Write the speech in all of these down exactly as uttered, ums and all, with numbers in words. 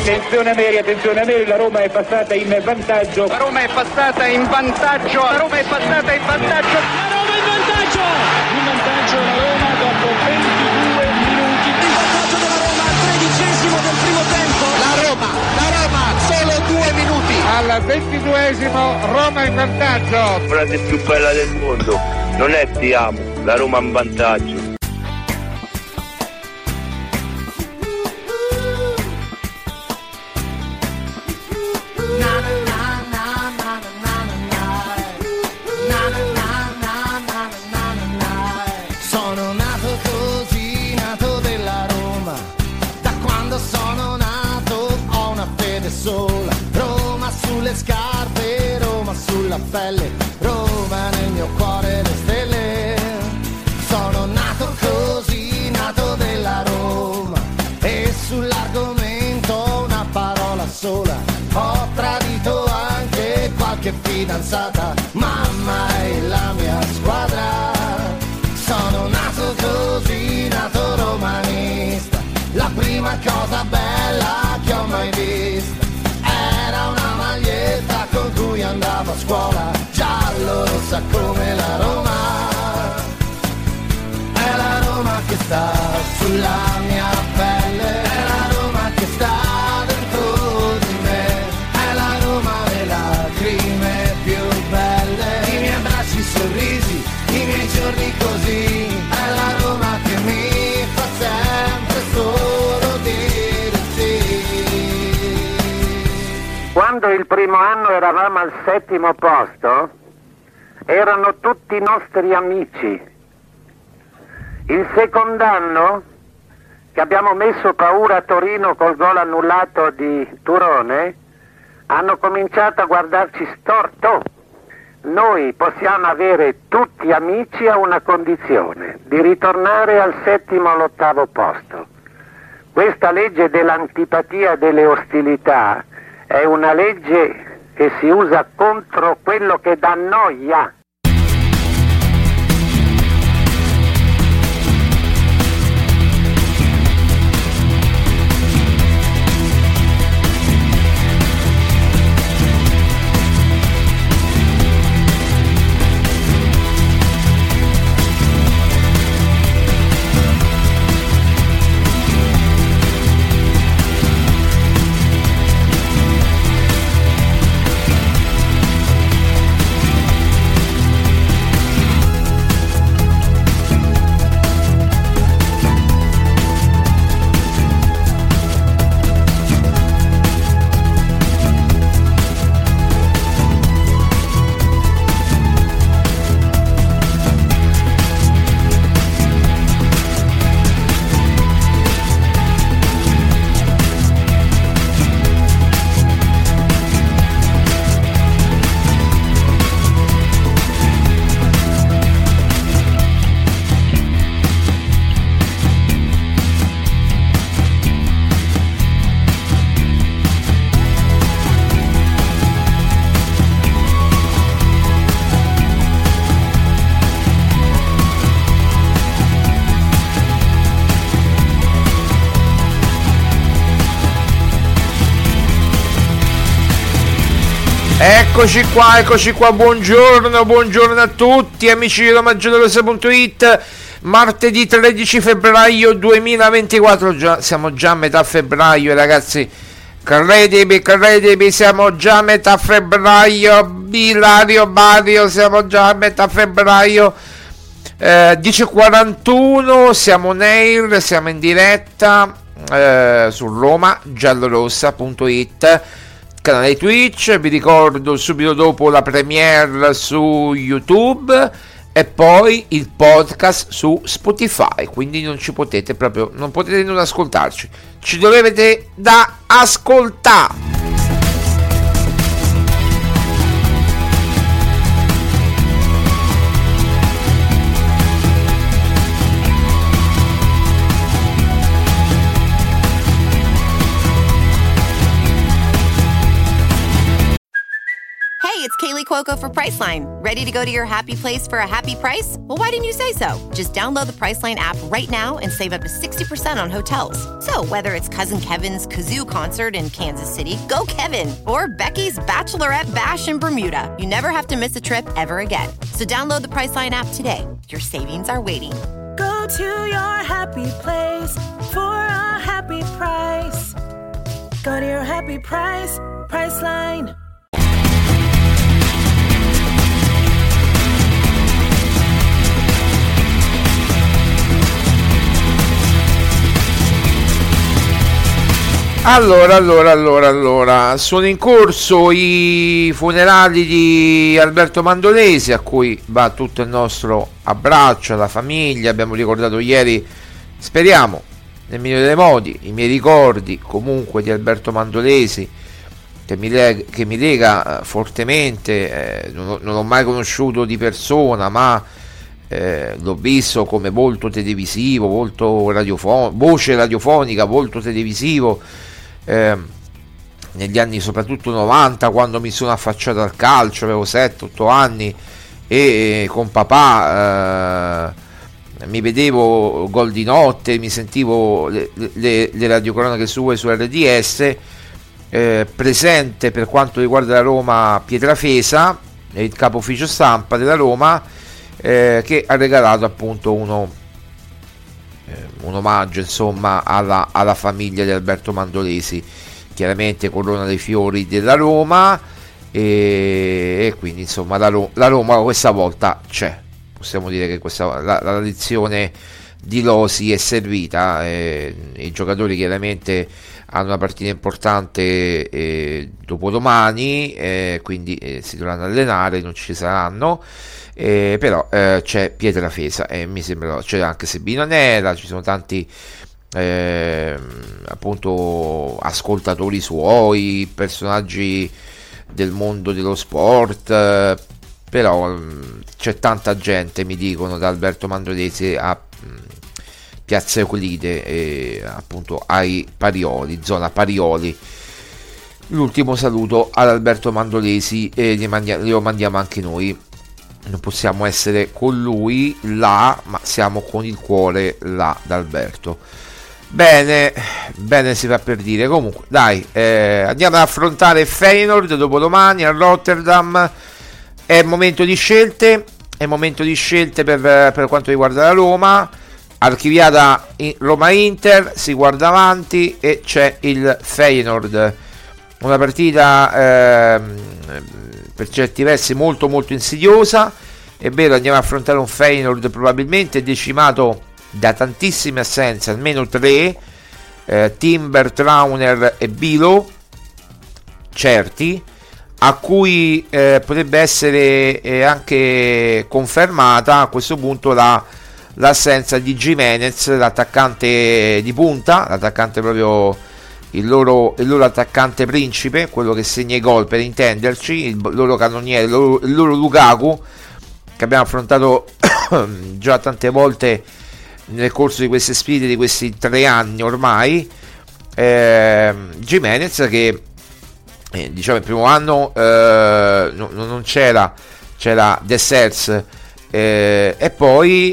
Attenzione Ameri, attenzione Ameri, la Roma è passata in vantaggio. La Roma è passata in vantaggio. La Roma è passata in vantaggio. La Roma in vantaggio. In vantaggio la Roma dopo ventidue minuti. Il vantaggio della Roma al tredicesimo del primo tempo. La Roma, la Roma, solo due minuti. Al ventiduesimo Roma in vantaggio. La frase più bella del mondo non è ti amo, la Roma in vantaggio. Scarpe, Roma sulla pelle, Roma nel mio cuore le stelle. Sono nato così, nato della Roma, e sull'argomento una parola sola. Ho tradito anche qualche fidanzata, mamma è la mia squadra. Sono nato così, nato romanista, la prima cosa bella che ho mai visto era una maglietta con cui andavo a scuola, giallo rossa come la Roma. È la Roma che sta sulla mia pelle, è la Roma che sta dentro di me, è la Roma le lacrime più belle, i miei abbracci, i sorrisi, i miei giorni così, è la Roma che mi fa sempre solo dire sì. Quando il primo anno eravamo al settimo posto, erano tutti nostri amici. Il secondo anno, che abbiamo messo paura a Torino col gol annullato di Turone, hanno cominciato a guardarci storto. Noi possiamo avere tutti amici a una condizione, di ritornare al settimo o all'ottavo posto. Questa legge dell'antipatia e delle ostilità è una legge che si usa contro quello che dà noia. Eccoci qua, eccoci qua, buongiorno, buongiorno a tutti amici di Roma Giallorossa punto it. Martedì tredici febbraio duemilaventiquattro, già, siamo già a metà febbraio ragazzi, credimi, credimi, siamo già a metà febbraio, Bilario, Bario, siamo già a metà febbraio, eh, dieci e quarantuno, siamo on air, siamo in diretta eh, su Roma Giallorossa punto it, canale Twitch, vi ricordo subito dopo la premiere su YouTube e poi il podcast su Spotify, quindi non ci potete proprio, non potete non ascoltarci, ci dovete da ascoltare. it's Kaylee Cuoco for Priceline. Ready to go to your happy place for a happy price? Well, why didn't you say so? Just download the Priceline app right now and save up to sixty percent on hotels. So whether it's Cousin Kevin's Kazoo Concert in Kansas City, go Kevin, or Becky's Bachelorette Bash in Bermuda, you never have to miss a trip ever again. So download the Priceline app today. Your savings are waiting. Go to your happy place for a happy price. Go to your happy price, Priceline. Allora, allora, allora, allora, sono in corso i funerali di Alberto Mandolesi, a cui va tutto il nostro abbraccio alla famiglia. Abbiamo ricordato ieri, speriamo, nel migliore dei modi, i miei ricordi comunque di Alberto Mandolesi, che mi lega, che mi lega eh, fortemente. Eh, non, non l'ho mai conosciuto di persona, ma eh, l'ho visto come volto televisivo, volto radiofonico, voce radiofonica, volto televisivo. Eh, negli anni soprattutto novanta, quando mi sono affacciato al calcio, avevo sette otto anni e con papà eh, mi vedevo Gol di notte, mi sentivo le, le, le radiocronache sue su R D S. Eh, presente per quanto riguarda la Roma Pietrafesa, il capo ufficio stampa della Roma, eh, che ha regalato appunto uno un omaggio insomma alla, alla famiglia di Alberto Mandolesi, chiaramente corona dei fiori della Roma, e, e quindi insomma la, la Roma questa volta c'è, possiamo dire che questa, la, la tradizione di Losi è servita. Eh, i giocatori chiaramente hanno una partita importante eh, dopodomani, eh, quindi eh, si dovranno allenare, non ci saranno. Eh, però eh, c'è Pietrafesa e eh, mi sembra c'è anche Sebino Nera, ci sono tanti eh, appunto ascoltatori suoi, personaggi del mondo dello sport, eh, però mh, c'è tanta gente, mi dicono, da Alberto Mandolesi a mh, Piazza Euclide e appunto ai Parioli, zona Parioli. L'ultimo saluto ad Alberto Mandolesi e gli mandia- lo mandiamo anche noi. Non possiamo essere con lui là, ma siamo con il cuore là d'Alberto. Bene, bene si fa per dire. Comunque, dai, eh, andiamo ad affrontare Feyenoord dopodomani a Rotterdam. È momento di scelte, è momento di scelte per, per quanto riguarda la Roma. Archiviata Roma-Inter, si guarda avanti e c'è il Feyenoord. Una partita... Ehm, per certi versi molto molto insidiosa. È vero, andiamo a affrontare un Feyenoord probabilmente decimato da tantissime assenze, almeno tre, eh, Timber, Trauner e Bilo, certi, a cui eh, potrebbe essere eh, anche confermata a questo punto la, l'assenza di Gimenez, l'attaccante di punta, l'attaccante proprio Il loro, il loro attaccante principe, quello che segna i gol per intenderci, il loro cannoniere, il loro, il loro Lukaku, che abbiamo affrontato già tante volte nel corso di queste sfide di questi tre anni ormai. eh, Gimenez che eh, diciamo il primo anno eh, no, non c'era, c'era De Sers, eh, e poi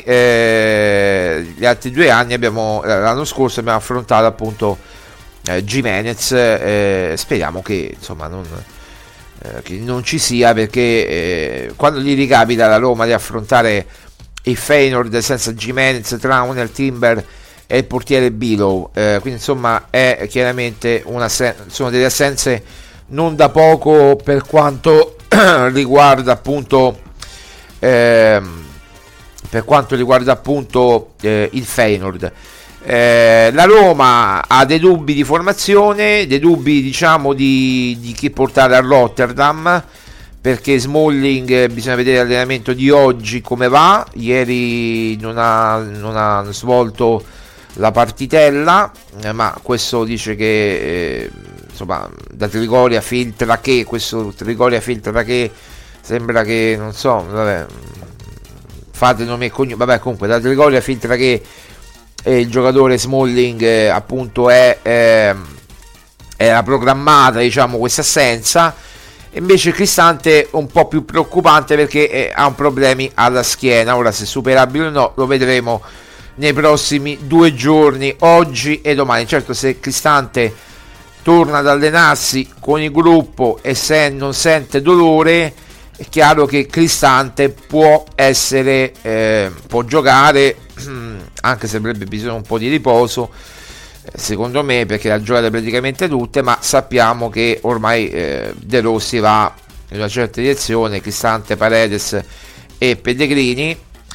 eh, gli altri due anni abbiamo, l'anno scorso abbiamo affrontato appunto Eh, Gimenez, eh, speriamo che insomma non, eh, che non ci sia, perché eh, quando gli ricapita alla Roma di affrontare il Feyenoord senza Gimenez, Trauner, Timber e il portiere Bilo, eh, quindi insomma è chiaramente una sono delle assenze non da poco per quanto riguarda appunto eh, per quanto riguarda appunto eh, il Feyenoord. Eh, la Roma ha dei dubbi di formazione, dei dubbi diciamo di, di chi portare a Rotterdam, perché Smalling, eh, bisogna vedere l'allenamento di oggi come va. Ieri non ha, non ha svolto la partitella, eh, ma questo dice che eh, insomma da Trigoria filtra che questo Trigoria filtra che sembra che non so, vabbè, fate nome e cognome, vabbè, comunque da Trigoria filtra che e il giocatore Smalling eh, appunto è eh, era programmata diciamo questa assenza, Invece Cristante un po' più preoccupante perché eh, ha un problemi alla schiena. Ora se superabile o no lo vedremo nei prossimi due giorni, oggi e domani. Certo, se Cristante torna ad allenarsi con il gruppo e se non sente dolore, è chiaro che Cristante può essere eh, può giocare, anche se avrebbe bisogno un po' di riposo, secondo me, perché ha giocato praticamente tutte, ma sappiamo che ormai eh, De Rossi va in una certa direzione, Cristante, Paredes e Pellegrini.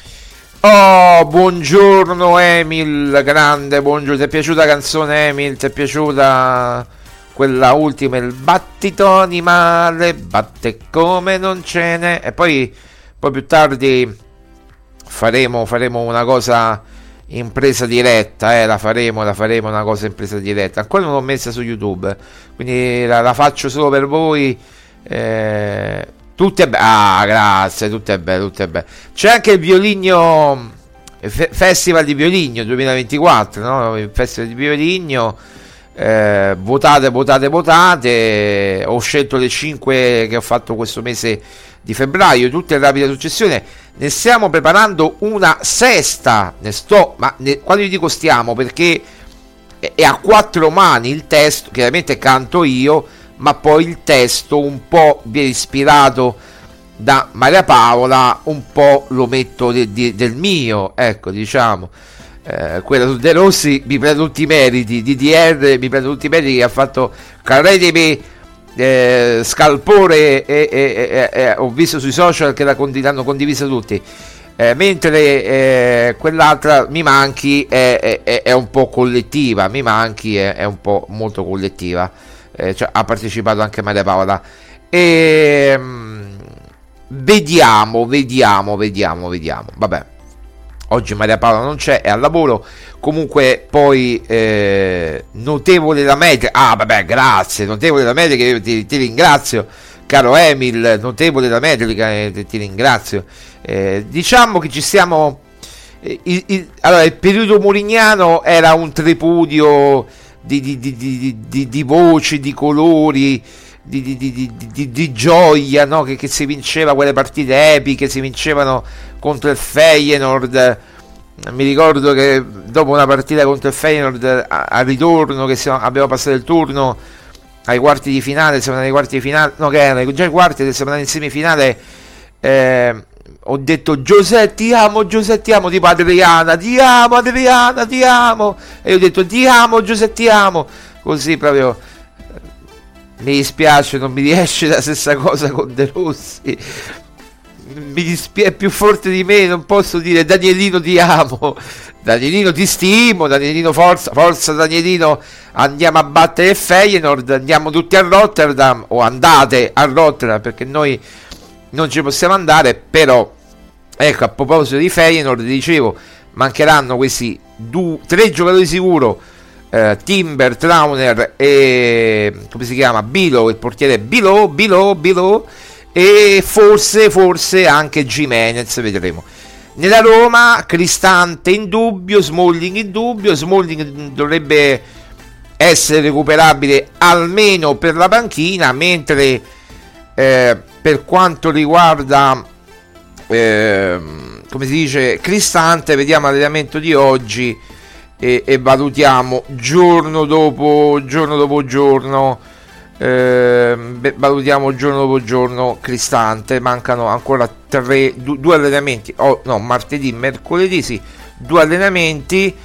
Oh, buongiorno Emil, grande, buongiorno. Ti è piaciuta la canzone, Emil? Ti è piaciuta quella ultima, il battito animale, batte come non ce n'è? E poi, poi più tardi faremo, faremo una cosa in presa diretta, eh, la faremo, la faremo una cosa in presa diretta. Ancora non l'ho messa su YouTube, quindi la, la faccio solo per voi. Eh, tutte è be- ah, grazie, tutte è bello, tutte è bello. C'è anche il Violigno F- Festival di Violigno duemilaventiquattro, no? Il Festival di Violigno. Eh, votate, votate, votate. Ho scelto le cinque che ho fatto questo mese di febbraio, tutte in rapida successione. Ne stiamo preparando una sesta. Ne sto, ma ne, quando vi dico stiamo, perché è, è a quattro mani il testo. Chiaramente canto io, ma poi il testo un po' viene ispirato da Maria Paola, un po' lo metto de, de, del mio, ecco, diciamo. Eh, quella su De Rossi mi prendo tutti i meriti, D D R mi prendo tutti i meriti che ha fatto, credimi, eh, Scalpore e, e, e, e ho visto sui social che la condi- l'hanno condivisa tutti, eh, mentre eh, quell'altra Mi manchi è, è, è un po' collettiva, Mi manchi è, è un po' molto collettiva, eh, cioè, ha partecipato anche Maria Paola e mh, vediamo, vediamo, vediamo, vediamo, vabbè. Oggi Maria Paola non c'è, è al lavoro. Comunque poi eh, notevole la media. Ah vabbè, grazie, notevole la media, che ti, ti ringrazio, caro Emil, notevole la media, ti, ti ringrazio. Eh, diciamo che ci stiamo eh, il, il, allora il periodo murignano era un tripudio di, di, di, di, di, di voci, di colori, Di, di, di, di, di, di gioia, no? che, che si vinceva quelle partite epiche, si vincevano contro il Feyenoord. Mi ricordo che dopo una partita contro il Feyenoord al ritorno, che siamo, abbiamo passato il turno ai quarti di finale, siamo andati ai quarti di finale, no che erano già i quarti, siamo andati in semifinale, eh, ho detto Giuseppe ti amo, Giuseppe ti amo, tipo Adriana, ti amo Adriana, ti amo, e io ho detto ti amo Giuseppe ti amo, così proprio. Mi dispiace, non mi riesce la stessa cosa con De Rossi. Mi dispiace, è più forte di me, non posso dire Danielino ti amo, Danielino ti stimo, Danielino forza, forza Danielino, andiamo a battere il Feyenoord, andiamo tutti a Rotterdam, o andate a Rotterdam perché noi non ci possiamo andare, però ecco, a proposito di Feyenoord, dicevo, mancheranno questi due, tre giocatori sicuro. Uh, Timber, Trauner e come si chiama? Bilo, il portiere Bilo, Bilo, Bilo e forse, forse anche Gimenez, vedremo. Nella Roma, Cristante in dubbio, Smalling in dubbio, Smalling dovrebbe essere recuperabile almeno per la panchina, mentre eh, per quanto riguarda eh, come si dice, Cristante, vediamo l'allenamento di oggi E, e valutiamo giorno dopo giorno dopo giorno eh, valutiamo giorno dopo giorno Cristante. Mancano ancora tre du, due allenamenti, oh, no, martedì, mercoledì, sì, due allenamenti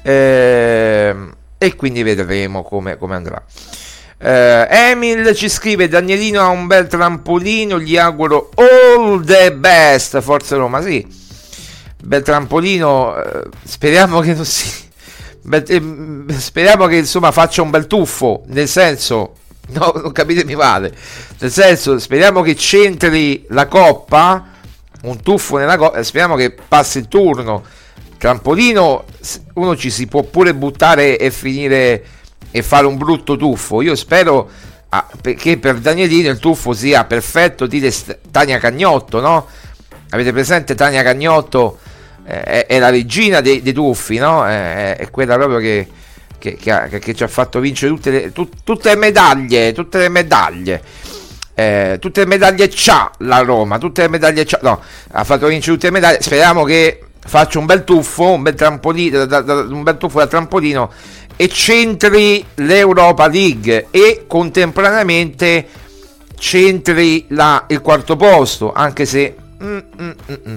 eh, e quindi vedremo come, come andrà. eh, Emil ci scrive Danielino ha un bel trampolino, gli auguro all the best, forza Roma. Sì, bel trampolino, eh, speriamo che non si Beh, speriamo che insomma faccia un bel tuffo, nel senso, no, non capitemi male, nel senso, speriamo che c'entri la coppa, un tuffo nella coppa, speriamo che passi il turno. Trampolino, uno ci si può pure buttare e finire e fare un brutto tuffo. Io spero ah, che per Danielino il tuffo sia perfetto, dite Tania Cagnotto, no? Avete presente Tania Cagnotto? È, è la regina dei, dei tuffi, no? È, è quella proprio che, che, che, ha, che ci ha fatto vincere tutte le, tut, tutte le medaglie, tutte le medaglie. Eh, tutte le medaglie c'ha la Roma, tutte le medaglie c'ha, no, ha fatto vincere tutte le medaglie. Speriamo che faccia un bel tuffo, un bel trampolino, da, da, un bel tuffo da trampolino e centri l'Europa League e contemporaneamente centri la, il quarto posto, anche se mm, mm, mm, mm.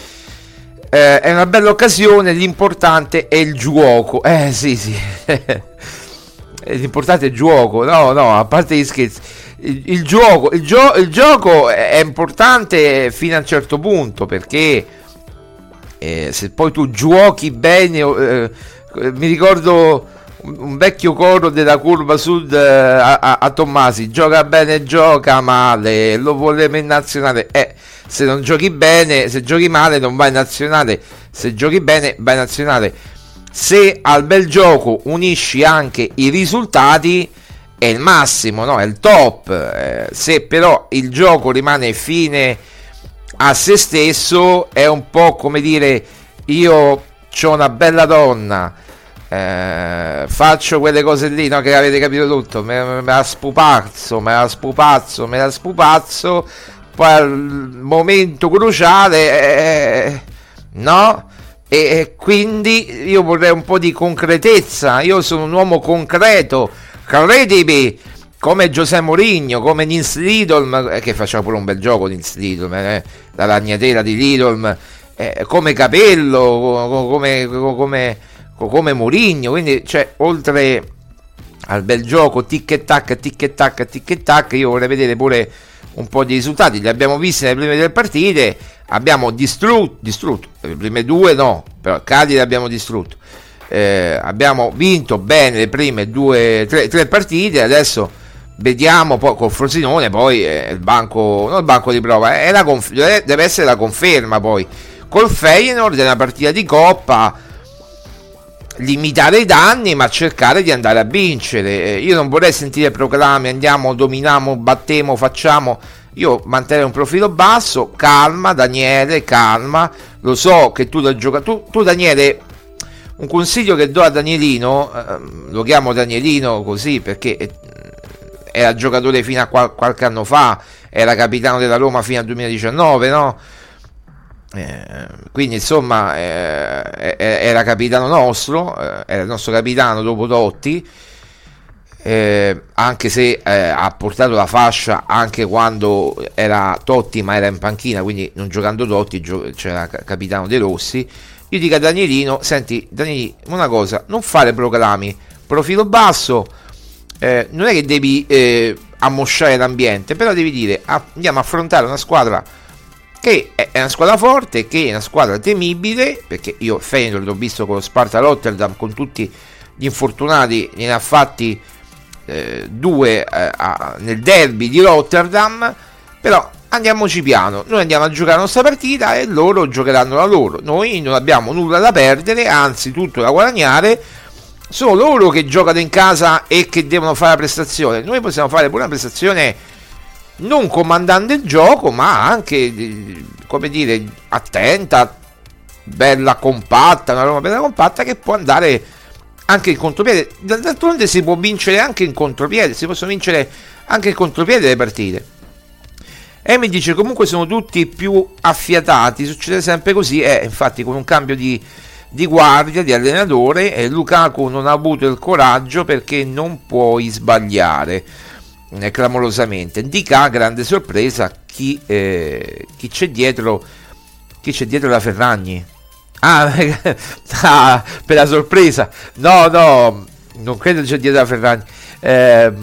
Eh, è una bella occasione. L'importante è il gioco, eh sì sì l'importante è il gioco, no no, a parte gli scherzi, il, il gioco il, gio- il gioco è importante fino a un certo punto, perché eh, se poi tu giochi bene, eh, mi ricordo un, un vecchio coro della Curva Sud, eh, a, a, a Tommasi: gioca bene, gioca male, lo voleva in nazionale. Eh, se non giochi bene, se giochi male non vai in nazionale, se giochi bene vai in nazionale. Se al bel gioco unisci anche i risultati è il massimo, no? È il top. Eh, se però il gioco rimane fine a se stesso, è un po' come dire: io c'ho una bella donna, eh, faccio quelle cose lì, no? Che avete capito tutto, me, me, me la spupazzo, me la spupazzo, me la spupazzo, poi al momento cruciale, eh, no? E quindi io vorrei un po' di concretezza. Io sono un uomo concreto, credimi, come José Mourinho, come Nils Lidolm, che faceva pure un bel gioco Nils Lidolm, eh, la ragnatela di Lidolm, eh, come Capello, come, come, come Mourinho. Quindi, cioè, oltre al bel gioco tic e tac, tic e tac, tic e tac, io vorrei vedere pure un po' di risultati. Li abbiamo visti nelle prime due partite, abbiamo distrutto, distrutto, le prime due no, però Cagliari abbiamo distrutto, eh, abbiamo vinto bene le prime due, tre, tre partite. Adesso vediamo poi col Frosinone, poi eh, il banco, non il banco di prova, è la conf- deve essere la conferma. Poi col Feyenoord è una partita di Coppa, limitare i danni ma cercare di andare a vincere. Io non vorrei sentire proclami: andiamo, dominiamo, battiamo, facciamo. Io manterrei un profilo basso, calma Daniele, calma. Lo so che tu da gioca- tu, tu Daniele, un consiglio che do a Danielino, eh, lo chiamo Danielino così perché era giocatore fino a qual- qualche anno fa, era capitano della Roma fino al duemiladiciannove, no? Eh, quindi insomma eh, era capitano nostro, eh, era il nostro capitano dopo Totti, eh, anche se eh, ha portato la fascia anche quando era Totti ma era in panchina, quindi non giocando Totti gio- c'era capitano De Rossi. Io dico a Danielino: senti Danielino, una cosa, non fare proclami, profilo basso, eh, non è che devi eh, ammosciare l'ambiente, però devi dire: ah, andiamo a affrontare una squadra che è una squadra forte, che è una squadra temibile, perché io Feyenoord l'ho visto con lo Sparta Rotterdam, con tutti gli infortunati, ne ha fatti eh, due eh, a, nel derby di Rotterdam. Però andiamoci piano, noi andiamo a giocare la nostra partita e loro giocheranno la loro. Noi non abbiamo nulla da perdere, anzi tutto da guadagnare. Sono loro che giocano in casa e che devono fare la prestazione. Noi possiamo fare pure una prestazione non comandando il gioco, ma anche, come dire, attenta, bella compatta, una Roma bella compatta che può andare anche in contropiede. D'altronde si può vincere anche in contropiede, si possono vincere anche in contropiede le partite. E mi dice: comunque sono tutti più affiatati, succede sempre così. E eh, infatti con un cambio di, di guardia, di allenatore, eh, Lukaku non ha avuto il coraggio, perché non puoi sbagliare clamorosamente. Dica, grande sorpresa, chi, eh, chi c'è dietro, chi c'è dietro la Ferragni. Ah, ah, per la sorpresa, no no, non credo c'è dietro la Ferragni. eh,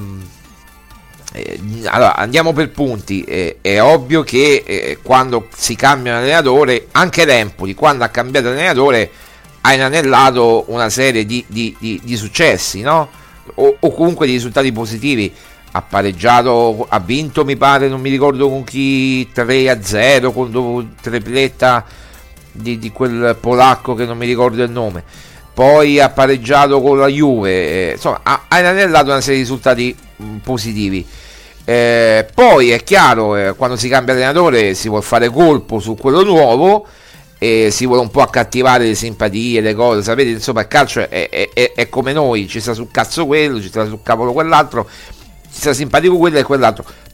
eh, allora andiamo per punti. eh, è ovvio che eh, quando si cambia un allenatore, anche l'Empoli quando ha cambiato allenatore ha inanellato una serie di, di, di, di successi, no? O, o comunque di risultati positivi. Ha pareggiato, ha vinto, mi pare, non mi ricordo con chi, tre a zero, con tripletta di, di quel polacco che non mi ricordo il nome. Poi ha pareggiato con la Juve, eh, insomma ha, ha inanellato una serie di risultati mh, positivi. Eh, poi è chiaro, eh, quando si cambia allenatore si vuole fare colpo su quello nuovo e si vuole un po' accattivare le simpatie, le cose, sapete, insomma il calcio è, è, è, è come noi, ci sta sul cazzo quello, ci sta sul cavolo quell'altro, ci sta simpatico quello e quell'altro,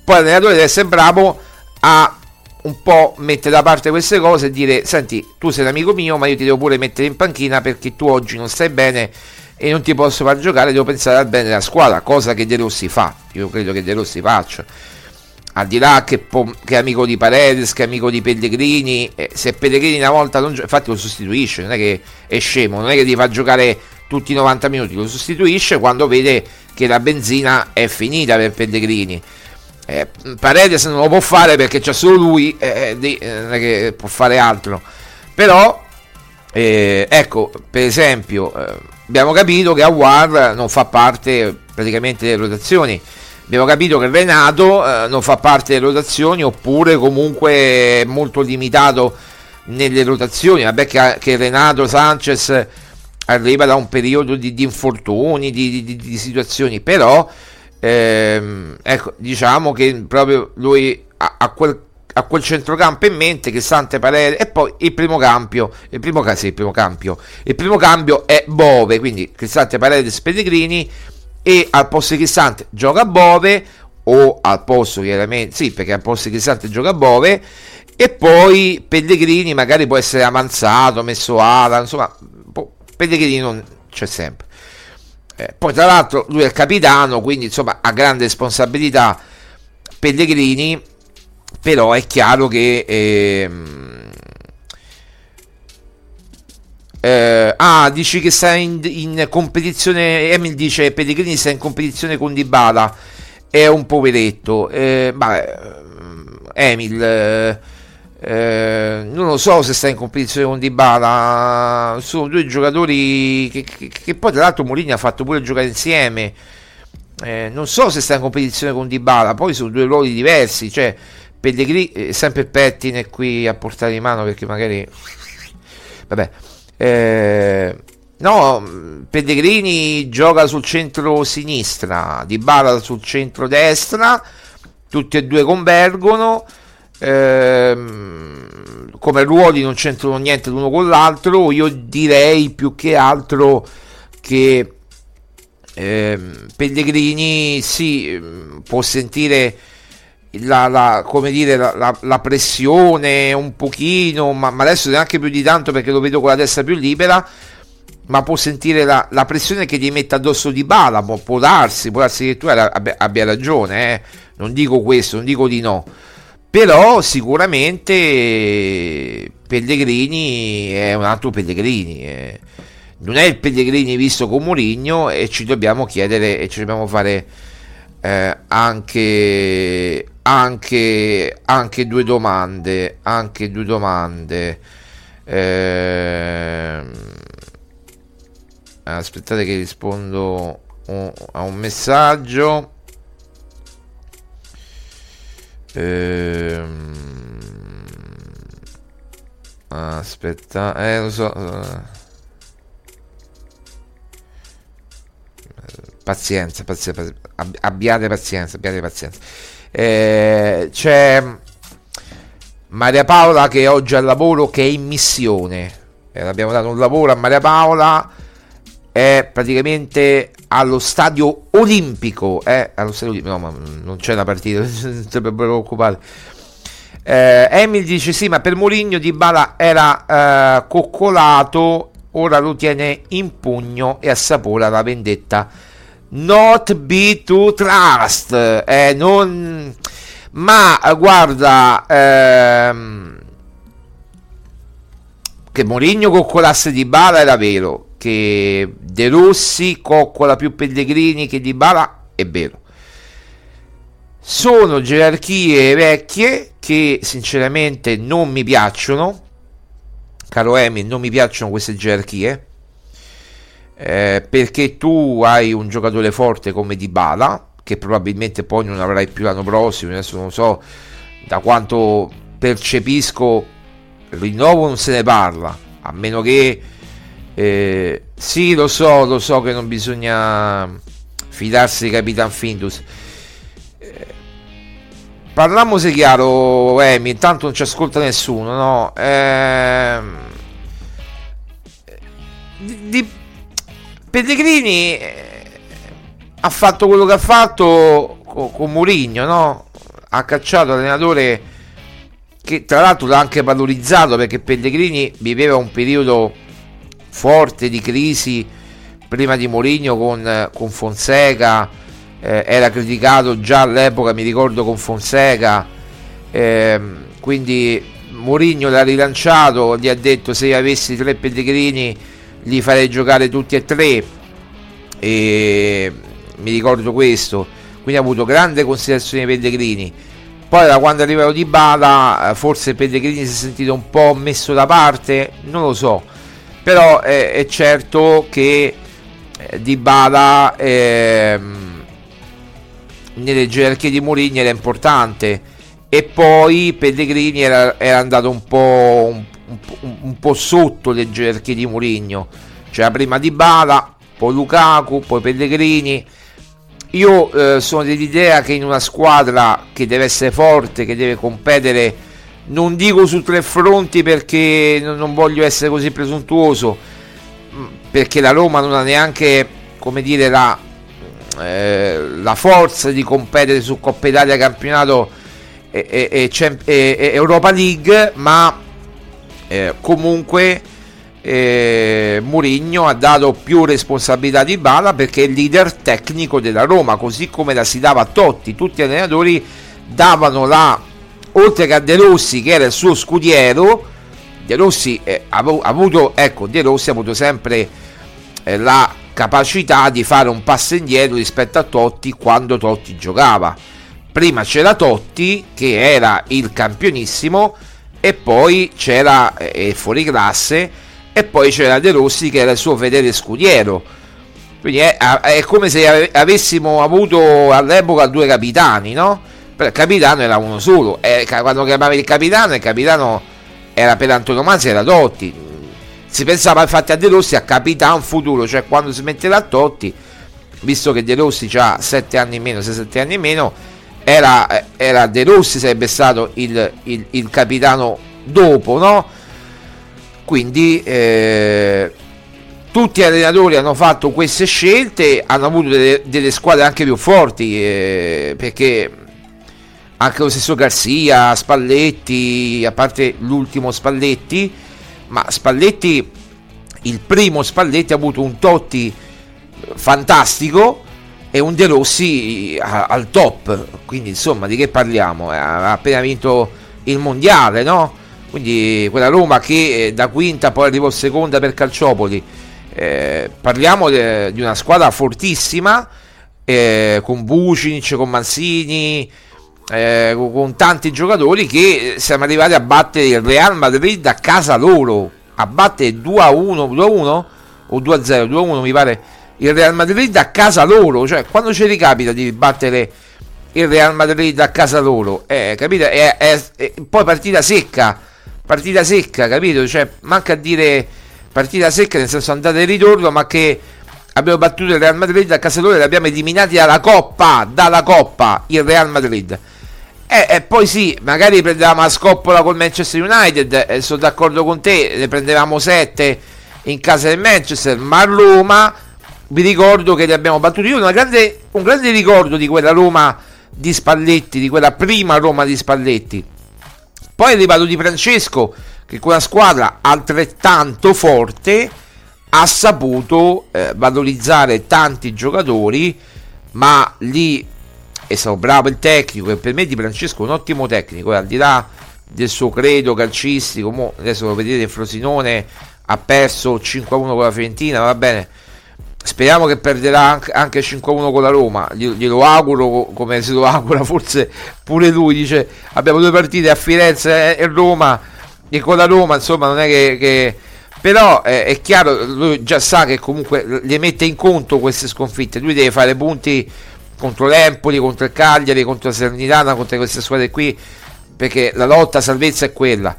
Poi l'allenatore deve essere bravo a un po' mettere da parte queste cose e dire: senti, tu sei un amico mio, ma io ti devo pure mettere in panchina perché tu oggi non stai bene e non ti posso far giocare, devo pensare al bene della squadra, cosa che De Rossi fa. Io credo che De Rossi faccia, al di là che, po- che è amico di Paredes, che è amico di Pellegrini. Eh, se Pellegrini una volta non gioca, infatti lo sostituisce, non è che è scemo, non è che ti fa giocare tutti i novanta minuti, lo sostituisce quando vede che la benzina è finita per Pellegrini. Eh, Paredes non lo può fare perché c'è solo lui, eh, di, eh, non è che può fare altro. Però eh, ecco, per esempio, eh, abbiamo capito che Aouar non fa parte praticamente delle rotazioni. Abbiamo capito che Renato eh, non fa parte delle rotazioni, oppure comunque è molto limitato nelle rotazioni. Vabbè che, che Renato Sanchez arriva da un periodo di, di infortuni, di, di, di situazioni, però ehm, ecco, diciamo che proprio lui ha, ha, quel, ha quel centrocampo in mente, che Cristante, Paredes, e poi il primo cambio, il primo, sì, il primo cambio, il primo cambio è Bove, quindi Cristante, Paredes, Pellegrini, e al posto di Cristante gioca Bove, o al posto chiaramente, sì, perché al posto di Cristante gioca Bove, e poi Pellegrini magari può essere avanzato, messo ala, insomma Pellegrini non c'è sempre. Eh, poi tra l'altro lui è il capitano, quindi insomma ha grande responsabilità Pellegrini, però è chiaro che ehm, eh, ah dici che sta in, in competizione, Emil dice Pellegrini sta in competizione con Dybala, è un poveretto. eh, vabbè, Emil eh, Eh, non lo so se sta in competizione con Dybala, sono due giocatori che, che, che poi tra l'altro Mourinho ha fatto pure giocare insieme. Eh, non so se sta in competizione con Dybala, poi sono due ruoli diversi, cioè Pellegrini, eh, sempre Pettine è qui a portare in mano perché magari vabbè, eh, no, Pellegrini gioca sul centro sinistra, Dybala sul centro destra, tutti e due convergono. Ehm, come ruoli non c'entrano niente l'uno con l'altro. Io direi più che altro che ehm, Pellegrini sì, può sentire la, la, come dire, la, la, la pressione un pochino, ma, ma adesso neanche più di tanto perché lo vedo con la testa più libera, ma può sentire la, la pressione che gli mette addosso Dybala. Può, può darsi, può darsi che tu abbia, abbia ragione, eh. Non dico questo, non dico di no, però sicuramente Pellegrini è un altro Pellegrini, eh. Non è il Pellegrini visto con Mourinho, e ci dobbiamo chiedere e ci dobbiamo fare eh, anche, anche, anche due domande, anche due domande. Eh, aspettate che rispondo a un messaggio. Ehm, aspetta, eh lo so, pazienza, pazienza, abbiate pazienza, abbiate pazienza. Eh, c'è Maria Paola che oggi è al lavoro, che è in missione. Eh, abbiamo dato un lavoro a Maria Paola, è praticamente allo stadio olimpico, eh, allo stadio olimpico, no, ma non c'è la partita, non ti preoccupare. eh, Emil dice sì, ma per Mourinho Dybala era eh, coccolato, ora lo tiene in pugno e assapora la vendetta. Not be to trust, eh, non, ma guarda, ehm, che Mourinho coccolasse Dybala era vero, che De Rossi coccola più Pellegrini che Dybala è vero. Sono gerarchie vecchie che sinceramente non mi piacciono, caro Emil, non mi piacciono queste gerarchie, eh, perché tu hai un giocatore forte come Dybala, che probabilmente poi non avrai più l'anno prossimo, adesso non so, da quanto percepisco il rinnovo non se ne parla, a meno che Eh, sì, lo so, lo so che non bisogna fidarsi di Capitan Findus. Eh, parliamo se chiaro, Emi, intanto non ci ascolta nessuno, no? Eh, di, di Pellegrini eh, ha fatto quello che ha fatto con, con Mourinho, no? ha cacciato l'allenatore che tra l'altro l'ha anche valorizzato, perché Pellegrini viveva un periodo forte di crisi prima di Mourinho con, con Fonseca, eh, era criticato già all'epoca, mi ricordo, con Fonseca, eh, quindi Mourinho l'ha rilanciato, gli ha detto: se avessi tre Pellegrini li farei giocare tutti e tre, e mi ricordo questo, quindi ha avuto grande considerazione dei Pellegrini. Poi da quando è arrivato Dybala forse Pellegrini si è sentito un po' messo da parte, non lo so, però è, è certo che Dybala eh, nelle gerarchie di Mourinho era importante, e poi Pellegrini era, era andato un po', un, un, un po' sotto le gerarchie di Mourinho, cioè prima Dybala, poi Lukaku, poi Pellegrini. Io eh, sono dell'idea che in una squadra che deve essere forte, che deve competere, non dico su tre fronti perché non voglio essere così presuntuoso, perché la Roma non ha neanche, come dire, la, eh, la forza di competere su Coppa Italia, campionato e, e, e, e, e Europa League, ma eh, comunque Eh, Mourinho ha dato più responsabilità a Dybala perché è il leader tecnico della Roma, così come la si dava a Totti. Tutti gli allenatori davano la, oltre che a De Rossi che era il suo scudiero, De Rossi eh, ha avuto, ecco, De Rossi ha avuto sempre eh, la capacità di fare un passo indietro rispetto a Totti quando Totti giocava. Prima c'era Totti che era il campionissimo, e poi c'era eh, fuori classe, e poi c'era De Rossi che era il suo fedele scudiero. Quindi è, è come se avessimo avuto all'epoca due capitani, no? Però il capitano era uno solo, e quando chiamavi il capitano, il capitano era per antonomasia, era Totti. Si pensava infatti a De Rossi a capitano futuro, cioè quando si metterà a Totti, visto che De Rossi ha sette anni in meno, sei sette anni in meno, era, era De Rossi sarebbe stato il, il, il capitano dopo, no? Quindi eh, tutti gli allenatori hanno fatto queste scelte, hanno avuto delle, delle squadre anche più forti, eh, perché anche lo stesso Garcia, Spalletti, a parte l'ultimo Spalletti, ma Spalletti, il primo Spalletti ha avuto un Totti fantastico e un De Rossi a, al top, quindi insomma di che parliamo? Ha appena vinto il mondiale, no? Quindi quella Roma che eh, da quinta poi arrivò seconda per Calciopoli, eh, parliamo de, di una squadra fortissima, eh, con Vucinic, con Mancini, eh, con, con tanti giocatori, che siamo arrivati a battere il Real Madrid a casa loro, a battere due a uno, due a uno o due a zero, due a uno mi pare, il Real Madrid a casa loro. Cioè quando ci ricapita di battere il Real Madrid a casa loro, eh, capite? È, è, è, poi partita secca, partita secca, capito? Cioè manca a dire partita secca nel senso andata e ritorno, ma che abbiamo battuto il Real Madrid a casa loro e l'abbiamo eliminati dalla Coppa, dalla Coppa, il Real Madrid. E, e poi sì, magari prendevamo la scoppola col Manchester United, e sono d'accordo con te, ne prendevamo sette in casa del Manchester, ma a Roma vi ricordo che li abbiamo battuti. Io ho una grande, un grande ricordo di quella Roma di Spalletti, di quella prima Roma di Spalletti. Poi è arrivato Di Francesco, che con una squadra altrettanto forte ha saputo eh, valorizzare tanti giocatori, ma lì è stato bravo il tecnico, e per me Di Francesco è un ottimo tecnico, eh, al di là del suo credo calcistico. Mo adesso lo vedete, Frosinone ha perso cinque a uno con la Fiorentina, va bene, speriamo che perderà anche cinque a uno con la Roma, glielo auguro, come se lo augura forse pure lui. Dice abbiamo due partite a Firenze e Roma, e con la Roma insomma non è che, che... però eh, è chiaro, lui già sa che comunque le mette in conto queste sconfitte, lui deve fare punti contro l'Empoli, contro il Cagliari, contro la Salernitana, contro queste squadre qui, perché la lotta a salvezza è quella.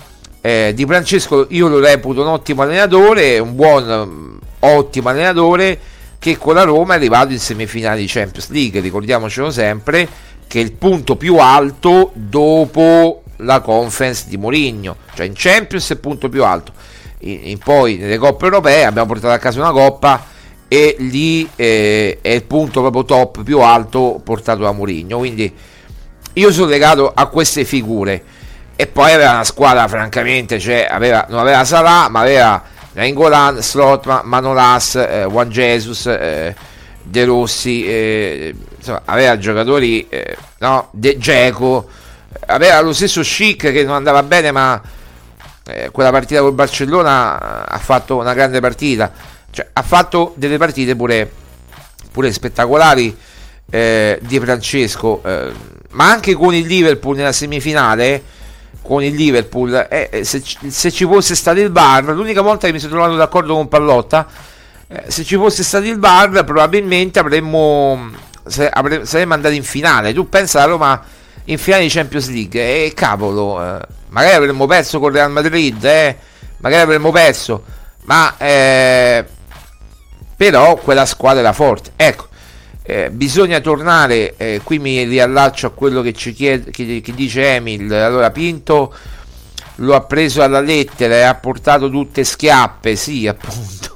eh, Di Francesco io lo reputo un ottimo allenatore, un buon ottimo allenatore, che con la Roma è arrivato in semifinale di Champions League, ricordiamocelo sempre, che è il punto più alto dopo la Conference di Mourinho, cioè in Champions è il punto più alto, in, in poi nelle coppe europee abbiamo portato a casa una coppa, e lì eh, è il punto proprio top più alto portato da Mourinho. Quindi io sono legato a queste figure. E poi aveva una squadra, francamente, cioè aveva, non aveva Salah, ma aveva Nainggolan, Slotman, Manolas, eh, Juan Jesus, eh, De Rossi, eh, insomma, aveva giocatori, eh, no, De Dzeko, aveva lo stesso Schick che non andava bene, ma eh, quella partita col Barcellona ha fatto una grande partita, cioè ha fatto delle partite pure, pure spettacolari, eh, Di Francesco, eh, ma anche con il Liverpool nella semifinale. Con il Liverpool, eh, se, se ci fosse stato il V A R, l'unica volta che mi sono trovato d'accordo con Pallotta, eh, se ci fosse stato il V A R probabilmente avremmo se, avremmo, saremmo andati in finale. Tu pensa a Roma in finale di Champions League, e eh, cavolo, eh, magari avremmo perso con Real Madrid, eh, magari avremmo perso, ma eh, però quella squadra era forte, ecco. Eh, bisogna tornare, eh, qui mi riallaccio a quello che ci chiede, che, che dice Emil. Allora, Pinto lo ha preso alla lettera e ha portato tutte schiappe, sì, appunto.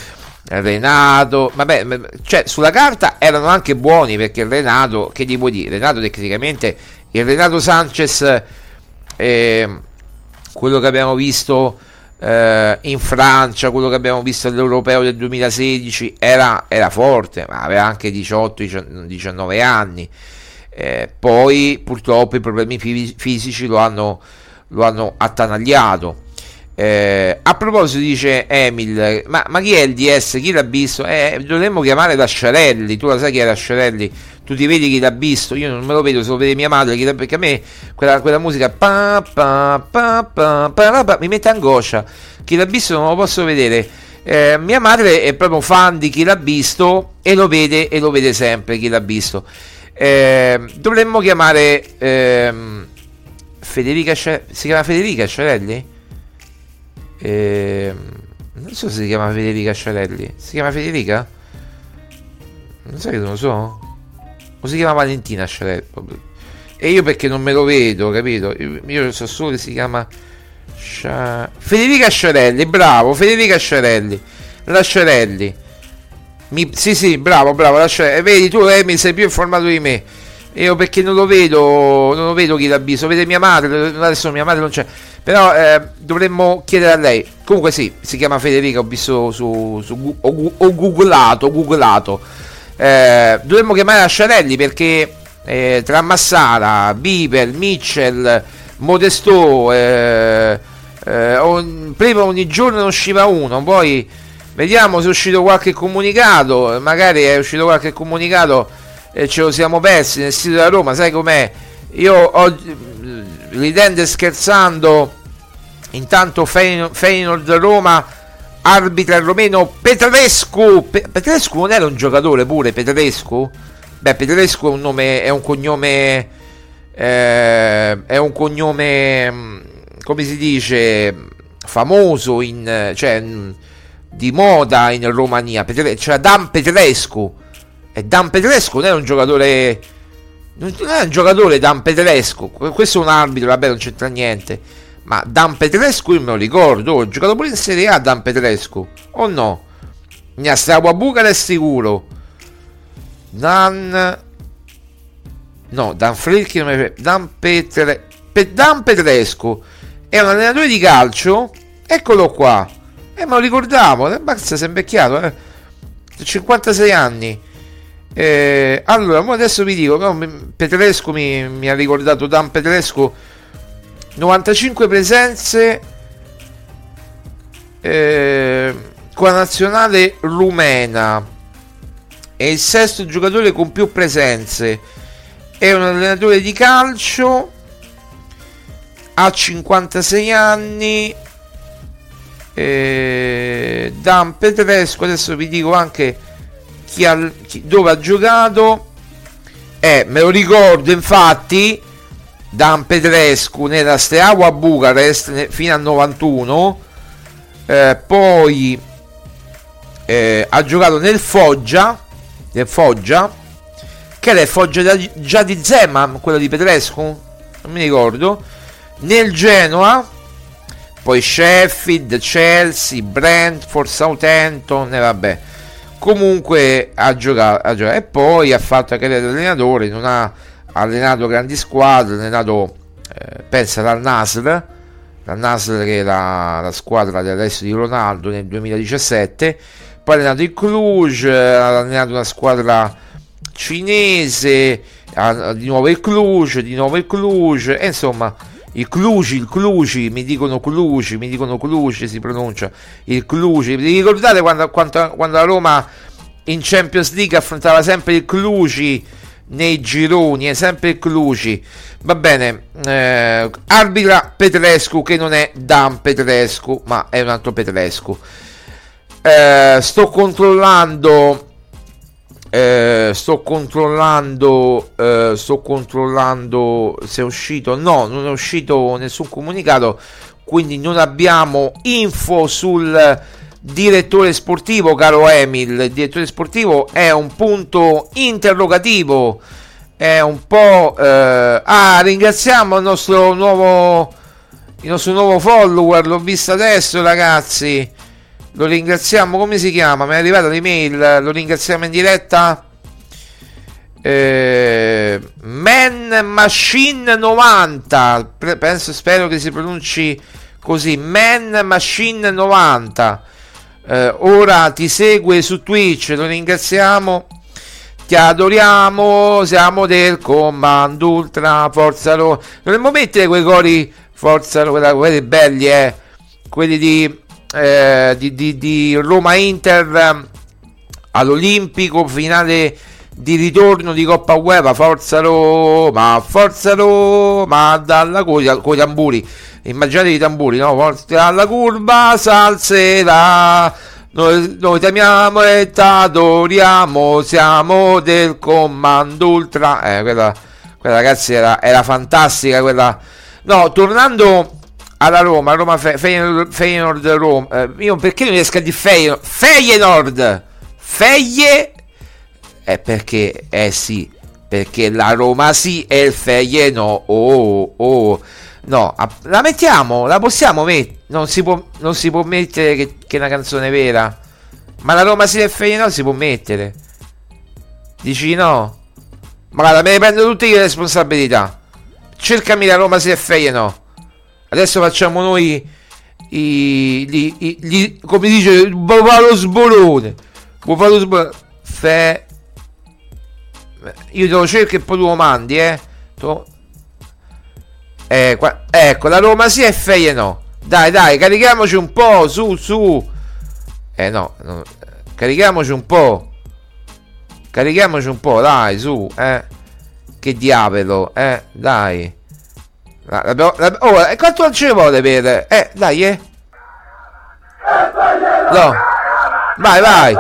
Renato, vabbè, cioè sulla carta erano anche buoni, perché il Renato, che gli vuoi dire, Renato tecnicamente, il Renato Sanchez, eh, quello che abbiamo visto Uh, in Francia, quello che abbiamo visto all'Europeo del duemilasedici, era, era forte, ma aveva anche diciotto diciannove anni, eh, poi purtroppo i problemi fisici lo hanno, lo hanno attanagliato. Eh, a proposito, dice Emil, ma, ma chi è il D S? Chi l'ha visto? Eh, dovremmo chiamare Lasciarelli. Tu la sai chi è Lasciarelli? Tu ti vedi chi l'ha visto? Io non me lo vedo, se lo vede mia madre, chi, perché a me quella, quella musica pa, pa, pa, pa, pa, pa, mi mette angoscia. Chi l'ha visto non lo posso vedere. Eh, mia madre è proprio fan di Chi l'ha visto e lo vede, e lo vede sempre Chi l'ha visto. Eh, dovremmo chiamare ehm, Federica Sciarelli. Si chiama Federica Sciarelli? Eh, non so se si chiama Federica Sciarelli. Si chiama Federica? Non so, che non lo so. O si chiama Valentina Sciarelli? E io perché non me lo vedo, capito? Io, io so solo che si chiama Scia... Federica Sciarelli, bravo, Federica Sciarelli. La Sciarelli. Mi... Sì, sì, bravo, bravo, la Sciarelli. Vedi, tu eh, mi sei più informato di me. Io perché non lo vedo, non lo vedo Chi l'ha visto. Vede mia madre, adesso mia madre non c'è. Però eh, dovremmo chiedere a lei. Comunque sì, si chiama Federica, ho visto su, su ho, ho googlato, ho googlato. Eh, dovremmo chiamare Lasciarelli, perché eh, tra Massara, Bieber, Mitchell, Modesto, eh, eh, on, prima ogni giorno ne usciva uno. Poi vediamo se è uscito qualche comunicato. Magari è uscito qualche comunicato e ce lo siamo persi nel sito della Roma. Sai com'è? Io ho, ridendo e scherzando, intanto Feyenoord Roma, arbitra il romeno Petrescu. Pe- Petrescu non era un giocatore pure, Petrescu? Beh, Petrescu è un nome, è un cognome, eh, è un cognome, come si dice, famoso, in, cioè di moda in Romania. Petre- cioè Dan Petrescu. E Dan Petrescu non era un giocatore, non era un giocatore Dan Petrescu. Questo è un arbitro, vabbè, non c'entra niente. Ma Dan Petrescu io me lo ricordo, ho giocato pure in Serie A Dan Petrescu, o no? Ne stavo a Bucarest sicuro. Dan No, Dan Frilchi non mi... Dan Petre Pe... Dan Petrescu è un allenatore di calcio. Eccolo qua. Eh, me lo ricordavo. Eh, Max si è invecchiato, eh. cinquantasei anni. Eh, allora, adesso vi dico, no, Petrescu mi, mi ha ricordato Dan Petrescu. novantacinque presenze eh, con la nazionale rumena, è il sesto giocatore con più presenze, è un allenatore di calcio, ha cinquantasei anni. eh, Dan Petrescu, adesso vi dico anche chi ha, chi, dove ha giocato. Eh, me lo ricordo, infatti. Dan Petrescu nella Steaua Bucarest fino al novantuno, eh, poi eh, ha giocato nel Foggia, nel Foggia, che era il Foggia già di Zeman, quello di Petrescu, non mi ricordo, nel Genoa, poi Sheffield, Chelsea, Brentford, Southampton, e vabbè, comunque ha giocato, ha giocato, e poi ha fatto la carriera di allenatore, non ha allenato grandi squadre, allenato eh, pensa dal Nasr, dal Nasr che era la squadra del resto di Ronaldo nel duemiladiciassette, poi ha allenato il Cluj, ha allenato una squadra cinese, di nuovo il Cluj, di nuovo il Cluj, e insomma il Cluj, il Cluj, mi dicono Cluj, mi dicono Cluj, si pronuncia il Cluj. Vi ricordate quando, quando, quando la Roma in Champions League affrontava sempre il Cluj nei gironi, è sempre il Cluj. Va bene, eh, arbitra Petrescu, che non è Dan Petrescu ma è un altro Petrescu. Eh, sto controllando Eh, sto controllando eh, sto controllando se è uscito. No, non è uscito nessun comunicato, quindi non abbiamo info sul direttore sportivo, caro Emil. Il direttore sportivo è un punto interrogativo, è un po' eh... ah, ringraziamo il nostro nuovo il nostro nuovo follower, l'ho visto adesso, ragazzi. Lo ringraziamo, come si chiama? Mi è arrivata l'email, lo ringraziamo in diretta. Eh, Man Machine novanta, penso, spero che si pronunci così, Man Machine novanta. Eh, ora ti segue su Twitch, lo ringraziamo, ti adoriamo, siamo del Comando Ultra, Forza Roma. Dovremmo mettere quei cori Forza Roma, quelli belli, eh, quelli di... Eh, di, di, di Roma Inter eh, all'Olimpico, finale di ritorno di Coppa UEFA. Forza Roma, Forza Roma, dalla con i tamburi, immaginate i tamburi, no? Forza alla curva, salserà, noi, noi ti amiamo e ti adoriamo, siamo del Comando Ultra. Eh, quella, quella ragazzi era, era fantastica quella. No, tornando alla Roma, Roma Fe- Feyenoord, Feyenoord Roma. Eh, io perché non riesco a dire Feyenoord? Feyenoord, Feie, è perché, eh sì, perché la Roma sì e il Feie no. Oh, oh, no, la mettiamo, la possiamo mettere. Non si può, non si può mettere che, che è una canzone vera. Ma la Roma sì e il Feie no si può mettere. Dici no? Ma guarda, me ne prendo tutte le responsabilità. Cercami la Roma sì e il Feie no. Adesso facciamo noi i, i, i, i come dice Bovalo Sborone, Bovalo Sborone. Fe... Io te lo cerco e poi tu lo mandi, eh. Tu... eh qua... Ecco, la Roma sì e Feie no. Dai, dai, carichiamoci un po', su, su. Eh no, no, carichiamoci un po'. Carichiamoci un po', dai, su, eh. Che diavolo, eh, dai. L'abbiamo, l'abbiamo, oh, quanto non ce ne vuole per... Eh, dai, eh. No. Vai, vai.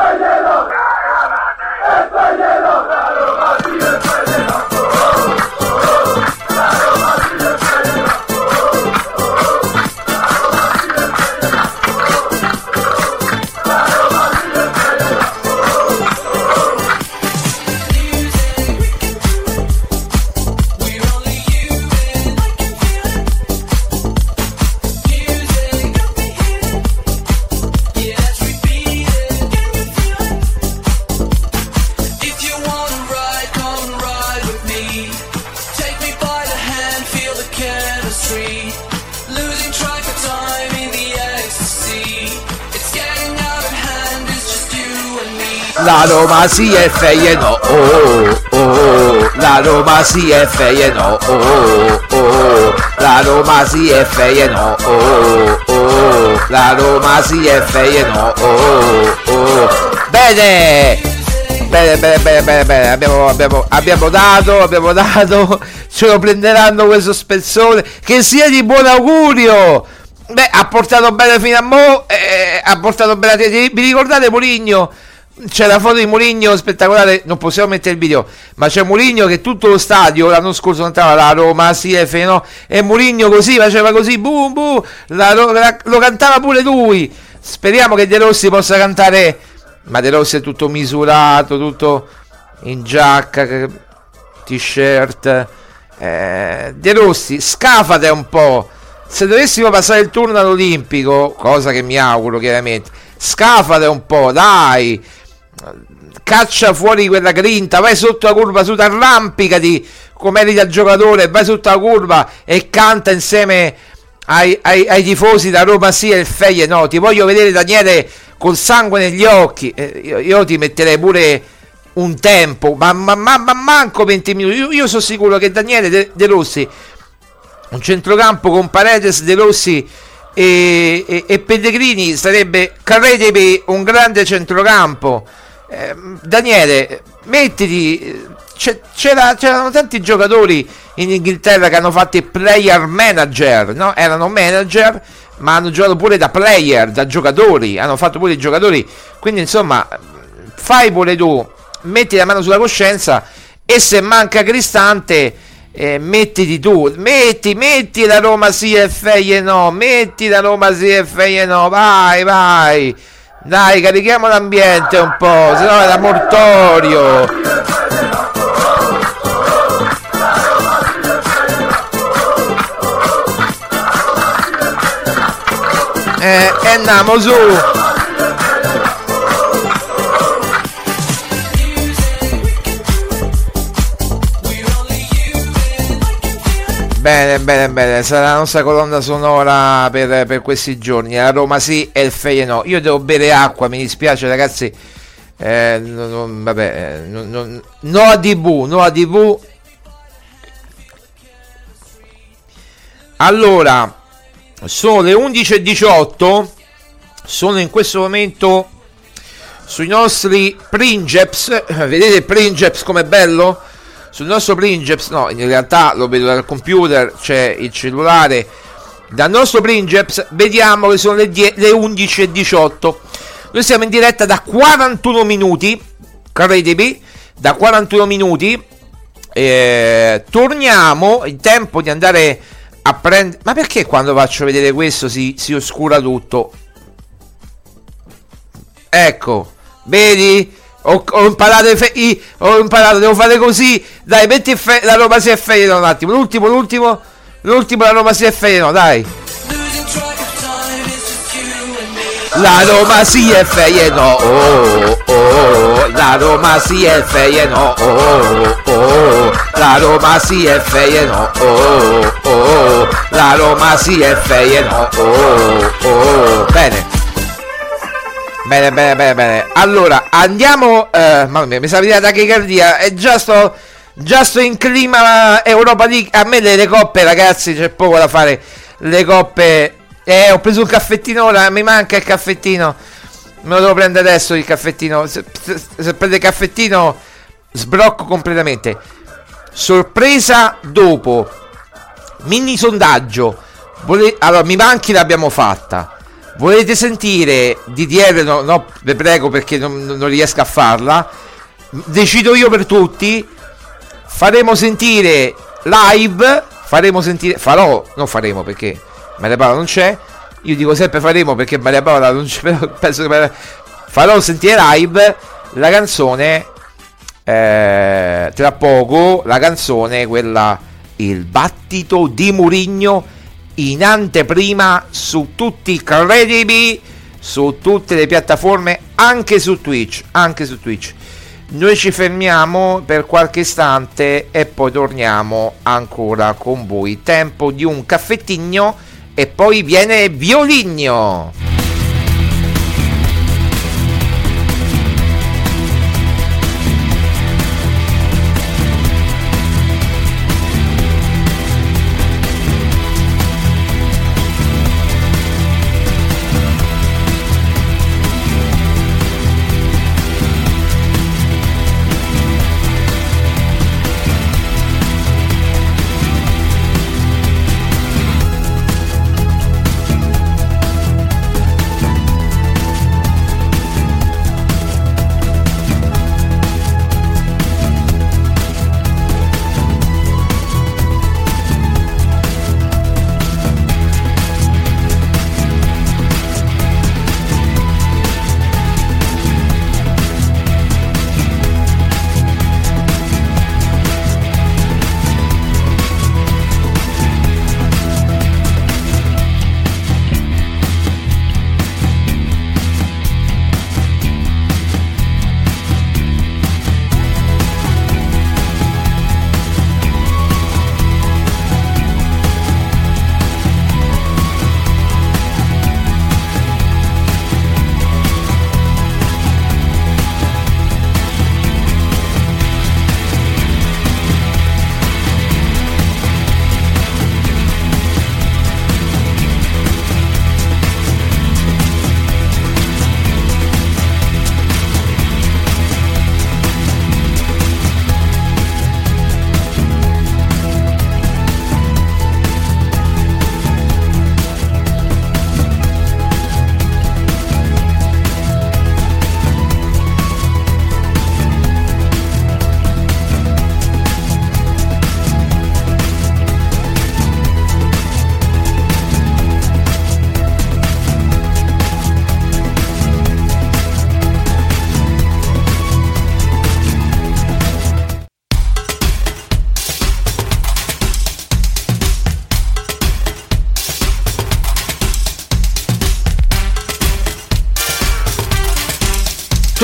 La Roma sì e Feie no, oh, oh, la Roma sì e Feie no, oh, oh, la Roma sì e Feie no, oh, oh, la Roma sì e Feie no, oh, oh. Bene, bene, bene, bene, bene, bene. Abbiamo, abbiamo, abbiamo dato, abbiamo dato, ce lo prenderanno questo spezzone, che sia di buon augurio. Beh, ha portato bene fino a mo', eh, ha portato bene, vi ricordate Mourinho? C'è la foto di Mourinho spettacolare, non possiamo mettere il video, ma c'è Mourinho che tutto lo stadio l'anno scorso cantava la Roma sì e Feie no, e Mourinho così faceva così, boom boom, la, la, lo cantava pure lui. Speriamo che De Rossi possa cantare, ma De Rossi è tutto misurato, tutto in giacca, t-shirt. eh, De Rossi, scafate un po'. Se dovessimo passare il turno all'Olimpico, cosa che mi auguro chiaramente, scafate un po', dai, caccia fuori quella grinta, vai sotto la curva, su, arrampicati come eri da giocatore, vai sotto la curva e canta insieme ai, ai, ai tifosi da Roma sì e il Feyenoord. Ti voglio vedere, Daniele, col sangue negli occhi. eh, io, io ti metterei pure un tempo, ma, ma, ma, ma manco venti minuti. Io, io sono sicuro che Daniele De, De Rossi, un centrocampo con Paredes, De Rossi e, e, e Pellegrini, sarebbe, credimi, un grande centrocampo. eh, Daniele, mettiti, c'era, c'erano tanti giocatori in Inghilterra che hanno fatto i player manager, no? Erano manager ma hanno giocato pure da player, da giocatori, hanno fatto pure i giocatori, quindi insomma fai pure tu, metti la mano sulla coscienza, e se manca Cristante eh, mettiti tu, metti, metti la Roma sì e Feyenoord, metti la Roma sì e Feyenoord, vai, vai, dai, carichiamo l'ambiente un po', se no era mortorio. Eh, e andiamo su. Bene, bene, bene, sarà la nostra colonna sonora per, per questi giorni, la Roma sì e il Feyenoord. Io devo bere acqua, mi dispiace ragazzi, eh, non, non, vabbè, non, non, no a D V, no a D V. Allora, sono le undici e diciotto, sono in questo momento sui nostri Princeps, vedete Princeps com'è bello? Sul nostro Princeps, no, in realtà lo vedo dal computer, c'è il cellulare, dal nostro Princeps vediamo che sono le, die- le undici e diciotto, noi siamo in diretta da quarantuno minuti, credimi, da quarantuno minuti, eh, torniamo, il tempo di andare a prendere, ma perché quando faccio vedere questo si, si oscura tutto? Ecco, vedi? Ho, ho imparato i, ho imparato, devo fare così. Dai, metti fe- la Roma si è Feyenoord un attimo. L'ultimo, l'ultimo, l'ultimo la Roma si è Feyenoord, dai. La Roma si è Feyenoord, oh, oh, la Roma si è Feyenoord, oh, oh, la Roma si è Feyenoord, oh, oh, la Roma si è Feyenoord, oh, oh. Bene. Bene, bene, bene, bene. Allora, andiamo. Eh, mamma mia, mi sa venire la tachicardia. E già sto. Già sto in clima Europa League. A me le coppe, ragazzi, c'è poco da fare. Le coppe. Eh, ho preso un caffettino ora. Mi manca il caffettino. Me lo devo prendere adesso il caffettino. Se, se, se prende il caffettino, sbrocco completamente. Sorpresa dopo. Mini sondaggio. Vole- allora, mi manchi l'abbiamo fatta. Volete sentire D D R? No, no, vi prego, perché non, non riesco a farla. Decido io per tutti. Faremo sentire live. Faremo sentire. Farò. Non faremo perché Maria Paola non c'è. Io dico sempre faremo perché Maria Paola non c'è. Però penso che farò sentire live la canzone. Eh, tra poco la canzone, quella Il battito di Mourinho, in anteprima su tutti, credimi, su tutte le piattaforme, anche su Twitch, anche su Twitch. Noi ci fermiamo per qualche istante e poi torniamo ancora con voi. Tempo di un caffettigno e poi viene Violigno.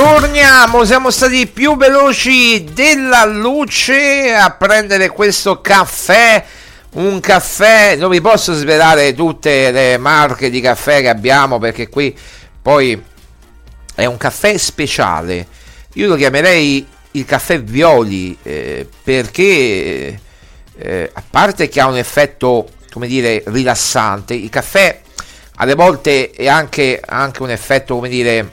Torniamo, siamo stati più veloci della luce a prendere questo caffè. Un caffè, non vi posso svelare tutte le marche di caffè che abbiamo, perché qui poi è un caffè speciale. Io lo chiamerei il caffè Violi, eh, perché eh, a parte che ha un effetto, come dire, rilassante, il caffè alle volte è anche, anche un effetto, come dire,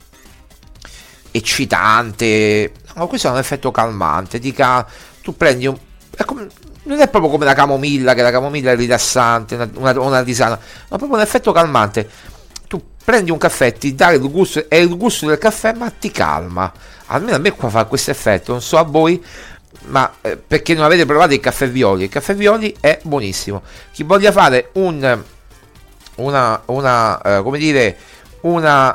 eccitante. No, questo è un effetto calmante. Dica, tu prendi un, è come, non è proprio come la camomilla, che la camomilla è rilassante, una, una, una tisana, ma proprio un effetto calmante. Tu prendi un caffè, ti dà il gusto, è il gusto del caffè, ma ti calma. Almeno a me qua fa questo effetto, non so a voi, ma eh, perché non avete provato il caffè Violi. Il caffè Violi è buonissimo. Chi voglia fare un una, una eh, come dire, una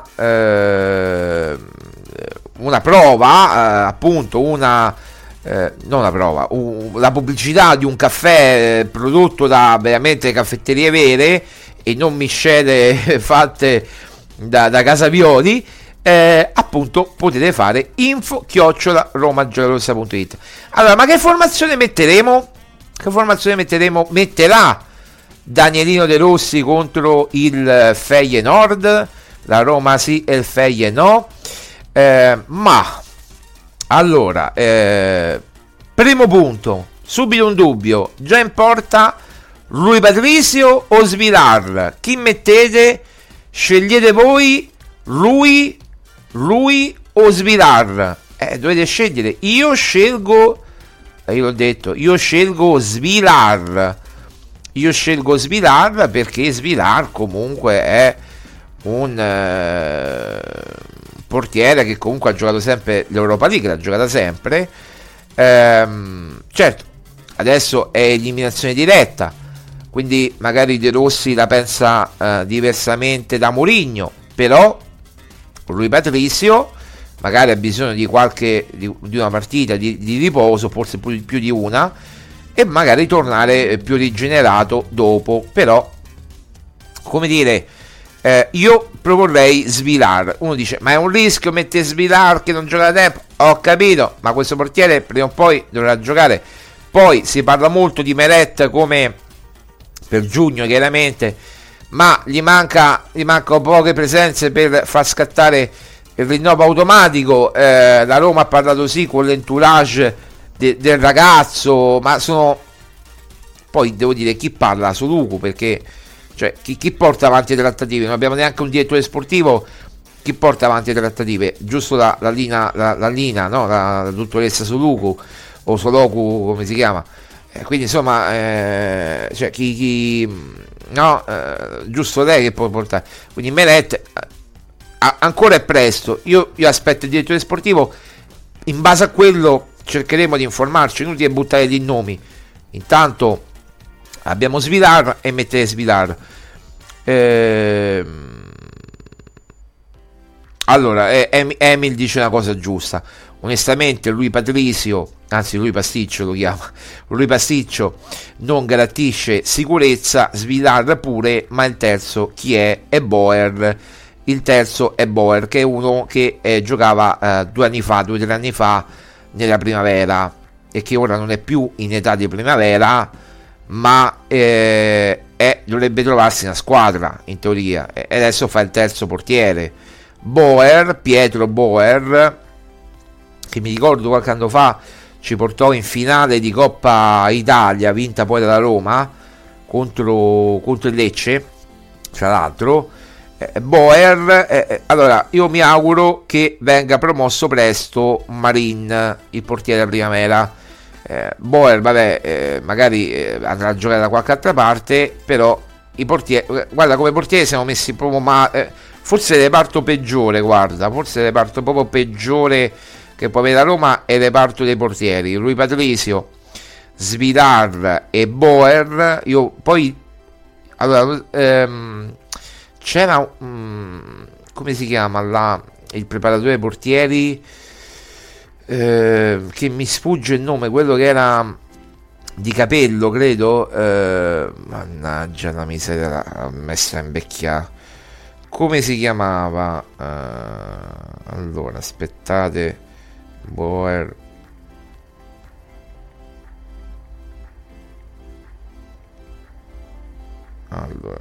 eh, una prova, eh, appunto una Eh, non la prova, uh, la pubblicità di un caffè eh, prodotto da veramente caffetterie vere e non miscele fatte da, da Casa Violi, eh, appunto potete fare info chiocciola romagiallorossa punto it. Allora, ma che formazione metteremo? Che formazione metteremo? Metterà Danielino De Rossi contro il Feyenoord, la Roma sì e il Feyenoord no, eh, ma allora, eh, primo punto, subito un dubbio, già in porta Rui Patricio o Svilar? Chi mettete? Scegliete voi, Rui, Rui o Svilar? Eh, dovete scegliere. Io scelgo, io l'ho detto, io scelgo Svilar. Io scelgo Svilar perché Svilar comunque è un Eh, portiere che comunque ha giocato sempre l'Europa League, l'ha giocata sempre. Ehm, certo, adesso è eliminazione diretta, quindi magari De Rossi la pensa eh, diversamente da Mourinho, però Rui Patricio magari ha bisogno di qualche di, di una partita di, di riposo, forse più, più di una, e magari tornare più rigenerato dopo. Però, come dire, Eh, io proporrei Svilar. Uno dice, ma è un rischio mettere Svilar che non gioca da tempo. Ho capito, ma questo portiere prima o poi dovrà giocare. Poi si parla molto di Meret come per giugno, chiaramente, ma gli manca gli mancano poche presenze per far scattare il rinnovo automatico. eh, la Roma ha parlato sì con l'entourage de- del ragazzo, ma sono, poi devo dire, chi parla su Lucu, perché cioè chi, chi porta avanti le trattative? Non abbiamo neanche un direttore sportivo. Chi porta avanti le trattative? Giusto la, la Lina, la, la Lina, no? La, la dottoressa Soluku o Soloku, come si chiama? Eh, quindi insomma, eh, cioè chi, chi no, eh, giusto lei che può portare. Quindi Meret, eh, ancora è presto. Io, io aspetto il direttore sportivo. In base a quello cercheremo di informarci. Inutile buttare lì nomi. Intanto abbiamo Svilar e mettete Svilar. Ehm, allora, eh, Emil dice una cosa giusta. Onestamente, lui Patricio, anzi lui Pasticcio lo chiama, lui Pasticcio non garantisce sicurezza. Svilar pure, ma il terzo chi è? È Boer. Il terzo è Boer, che è uno che eh, giocava eh, due anni fa, due o tre anni fa nella primavera, e che ora non è più in età di primavera, ma eh, è, dovrebbe trovarsi una squadra in teoria, e adesso fa il terzo portiere. Boer, Pietro Boer, che mi ricordo qualche anno fa ci portò in finale di Coppa Italia, vinta poi dalla Roma contro, contro il Lecce, tra l'altro. eh, Boer, eh, allora io mi auguro che venga promosso presto Marin, il portiere della primavera. Eh, Boer, vabbè, eh, magari eh, andrà a giocare da qualche altra parte, però i portieri, guarda, come portieri siamo messi proprio ma eh, forse il reparto peggiore, guarda, forse il reparto proprio peggiore che può avere la Roma è il reparto dei portieri. Rui Patricio, Svilar e Boer. Io poi allora ehm, c'era um, come si chiama là il preparatore dei portieri, eh, che mi sfugge il nome, quello che era di capello, credo, eh, mannaggia la miseria, la messa in vecchia. come si chiamava? Uh, allora, aspettate, Boer. Allora,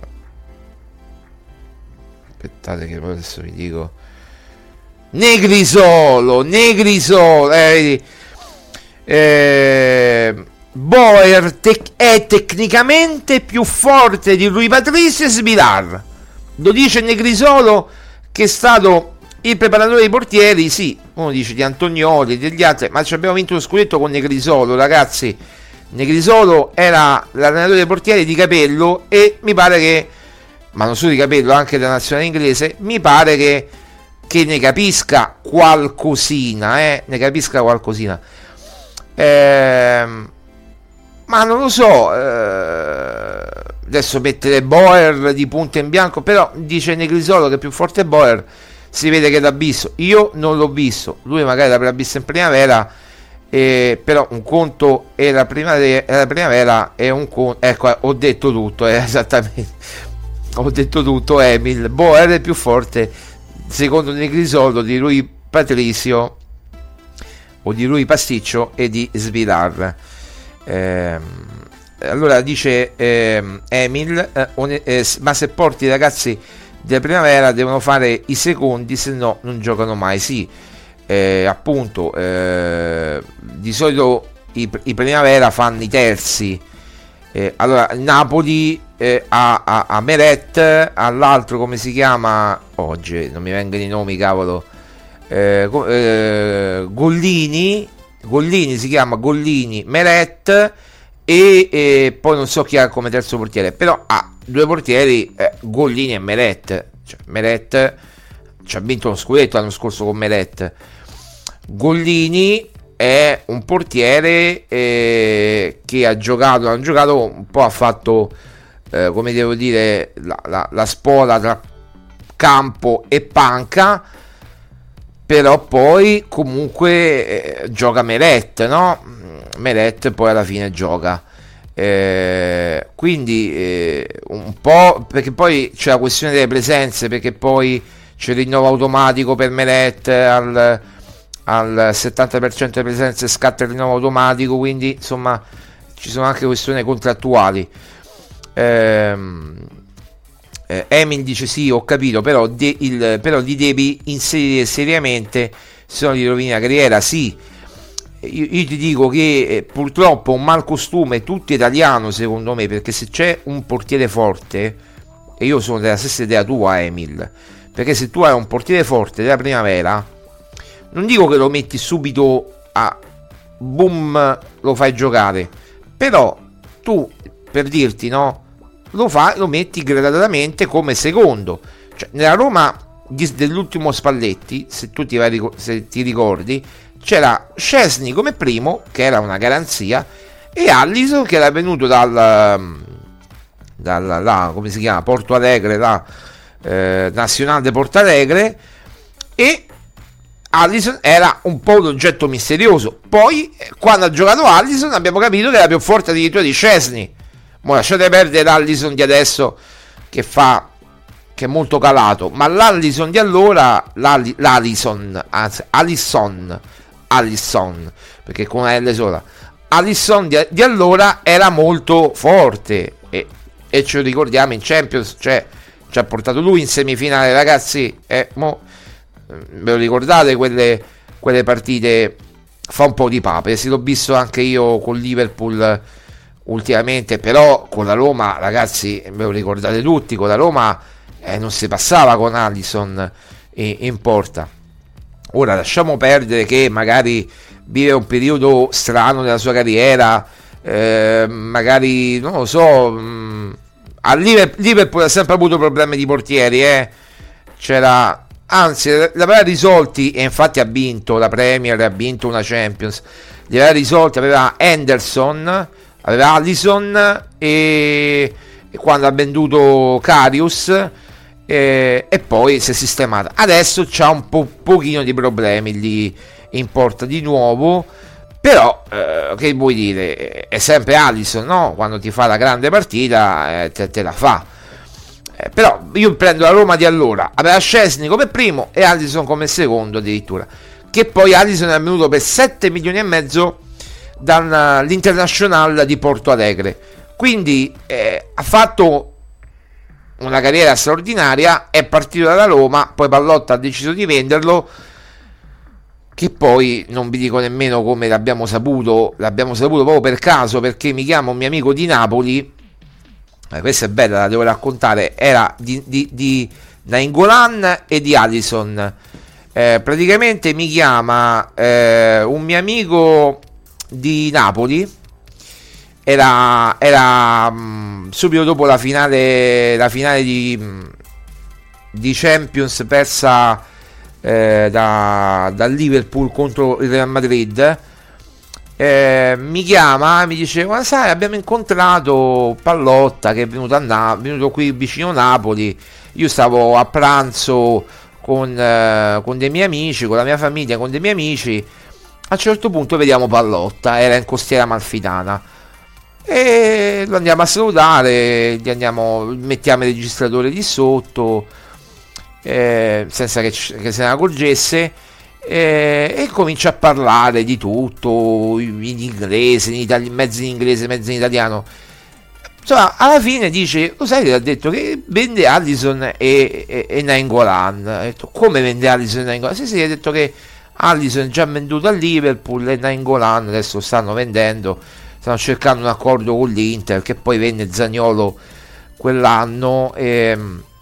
aspettate che poi adesso vi dico. Negrisolo, Negrisolo, eh, eh, Boer tec- è tecnicamente più forte di Rui Patricio e Svilar. Lo dice Negrisolo, che è stato il preparatore dei portieri. Sì, uno dice di Antonioli e degli altri, ma ci abbiamo vinto lo scudetto con Negrisolo, ragazzi. Negrisolo era l'allenatore dei portieri di Capello, e mi pare che, ma non solo di Capello, anche della nazionale inglese, mi pare che, che ne capisca qualcosina, eh, ne capisca qualcosina. Ehm, ma non lo so, eh, adesso mettere Boer di punta in bianco, però dice Negrisolo che è più forte Boer, si vede che l'ha visto, io non l'ho visto, lui magari l'avrà visto in primavera. Eh, però un conto è la primavera, è la primavera è un conto, ecco, ho detto tutto, eh, esattamente, ho detto tutto. Emil Boer è più forte secondo Negrisolo di Rui Patricio o di Rui Pasticcio e di Svilar. Eh, allora dice eh, Emil, eh, on- eh, ma se porti i ragazzi della primavera devono fare i secondi, se no non giocano mai. Sì. Eh, appunto eh, di solito i, i primavera fanno i terzi. Eh, allora Napoli eh, ha, ha, ha Meret, all'altro come si chiama oggi, non mi vengono i nomi, cavolo, eh, eh, Gollini Gollini si chiama Gollini, Meret e, e poi non so chi ha come terzo portiere, però ha due portieri, eh, Gollini e Meret. Cioè, Meret ci ha vinto lo scudetto l'anno scorso con Meret. Gollini è un portiere eh, che ha giocato, ha giocato un po', ha fatto eh, come devo dire la, la, la spola tra campo e panca, però poi comunque eh, gioca Meret, no? Meret poi alla fine gioca, eh, quindi eh, un po', perché poi c'è la questione delle presenze, perché poi c'è il rinnovo automatico per Meret al al settanta per cento delle presenze scatta il rinnovo automatico, quindi insomma ci sono anche questioni contrattuali. ehm, eh, Emil dice sì, ho capito, però, de- il, però li devi inserire seriamente, se no gli rovini la carriera. Sì, io, io ti dico che eh, purtroppo un mal costume tutto italiano secondo me, perché se c'è un portiere forte, e io sono della stessa idea tua Emil, perché se tu hai un portiere forte della primavera, non dico che lo metti subito a boom, lo fai giocare, però tu, per dirti, no, lo fai, lo metti gradatamente come secondo. Cioè, nella Roma dell'ultimo Spalletti, se tu ti, vai, se ti ricordi, c'era Szczesny come primo, che era una garanzia, e Alisson che era venuto dal, dal là, come si chiama, Porto Alegre, la eh, Nacional de Porto Alegre, e Alisson era un po' un oggetto misterioso. Poi quando ha giocato Alisson abbiamo capito che era più forte addirittura di Szczesny. Ma lasciate perdere l'Alisson di adesso, che fa, che è molto calato, ma l'Alisson di allora, l'Ali, l'Alisson anzi Alisson Alisson perché con una L sola, Alisson di, di allora era molto forte, e, e ce lo ricordiamo in Champions, cioè ci ha portato lui in semifinale, ragazzi, e mo ve lo ricordate quelle, quelle partite? Fa un po' di pape, sì, l'ho visto anche io con Liverpool ultimamente, però con la Roma, ragazzi, ve lo ricordate tutti, con la Roma eh, non si passava con Alisson in, in porta. Ora lasciamo perdere che magari vive un periodo strano della sua carriera, eh, magari non lo so, mh, a Liverpool ha sempre avuto problemi di portieri, eh. C'era, anzi, l'aveva risolti, e infatti ha vinto la Premier, ha vinto una Champions, li aveva risolti, aveva Henderson, aveva Alisson, e, e quando ha venduto Karius, e, e poi si è sistemata. Adesso c'ha un po' pochino di problemi lì in porta di nuovo, però eh, che vuoi dire, è sempre Alisson, no? Quando ti fa la grande partita eh, te, te la fa. Eh, però io prendo la Roma di allora, aveva Szczesny come primo e Alisson come secondo addirittura, che poi Alisson è venuto per sette milioni e mezzo dall'Internacional di Porto Alegre, quindi eh, ha fatto una carriera straordinaria, è partito dalla Roma, poi Pallotta ha deciso di venderlo, che poi non vi dico nemmeno come l'abbiamo saputo, l'abbiamo saputo proprio per caso, perché mi chiama un mio amico di Napoli, eh, questa è bella, la devo raccontare, era di, di, di Nainggolan e di Alisson. Eh, praticamente mi chiama eh, un mio amico di Napoli, era, era mh, subito dopo la finale la finale di, mh, di Champions persa eh, da, da Liverpool contro il Real Madrid. Eh, mi chiama e mi dice: ma sai, abbiamo incontrato Pallotta che è venuto, a Na- venuto qui vicino Napoli, io stavo a pranzo con, eh, con dei miei amici, con la mia famiglia, con dei miei amici, a un certo punto vediamo Pallotta, era in Costiera Amalfitana, e lo andiamo a salutare, gli andiamo, mettiamo il registratore di sotto, eh, senza che, che se ne accorgesse, eh, e comincia a parlare di tutto in inglese, in itali- mezzo in inglese, mezzo in italiano. Insomma, alla fine dice: lo sai che ha detto che vende Alisson e, e, e Nainggolan? Ha detto: come vende Alisson e Nainggolan? Sì, sì, ha detto che Alisson è già venduto a Liverpool e Nainggolan adesso stanno vendendo, stanno cercando un accordo con l'Inter, che poi venne Zaniolo quell'anno, e,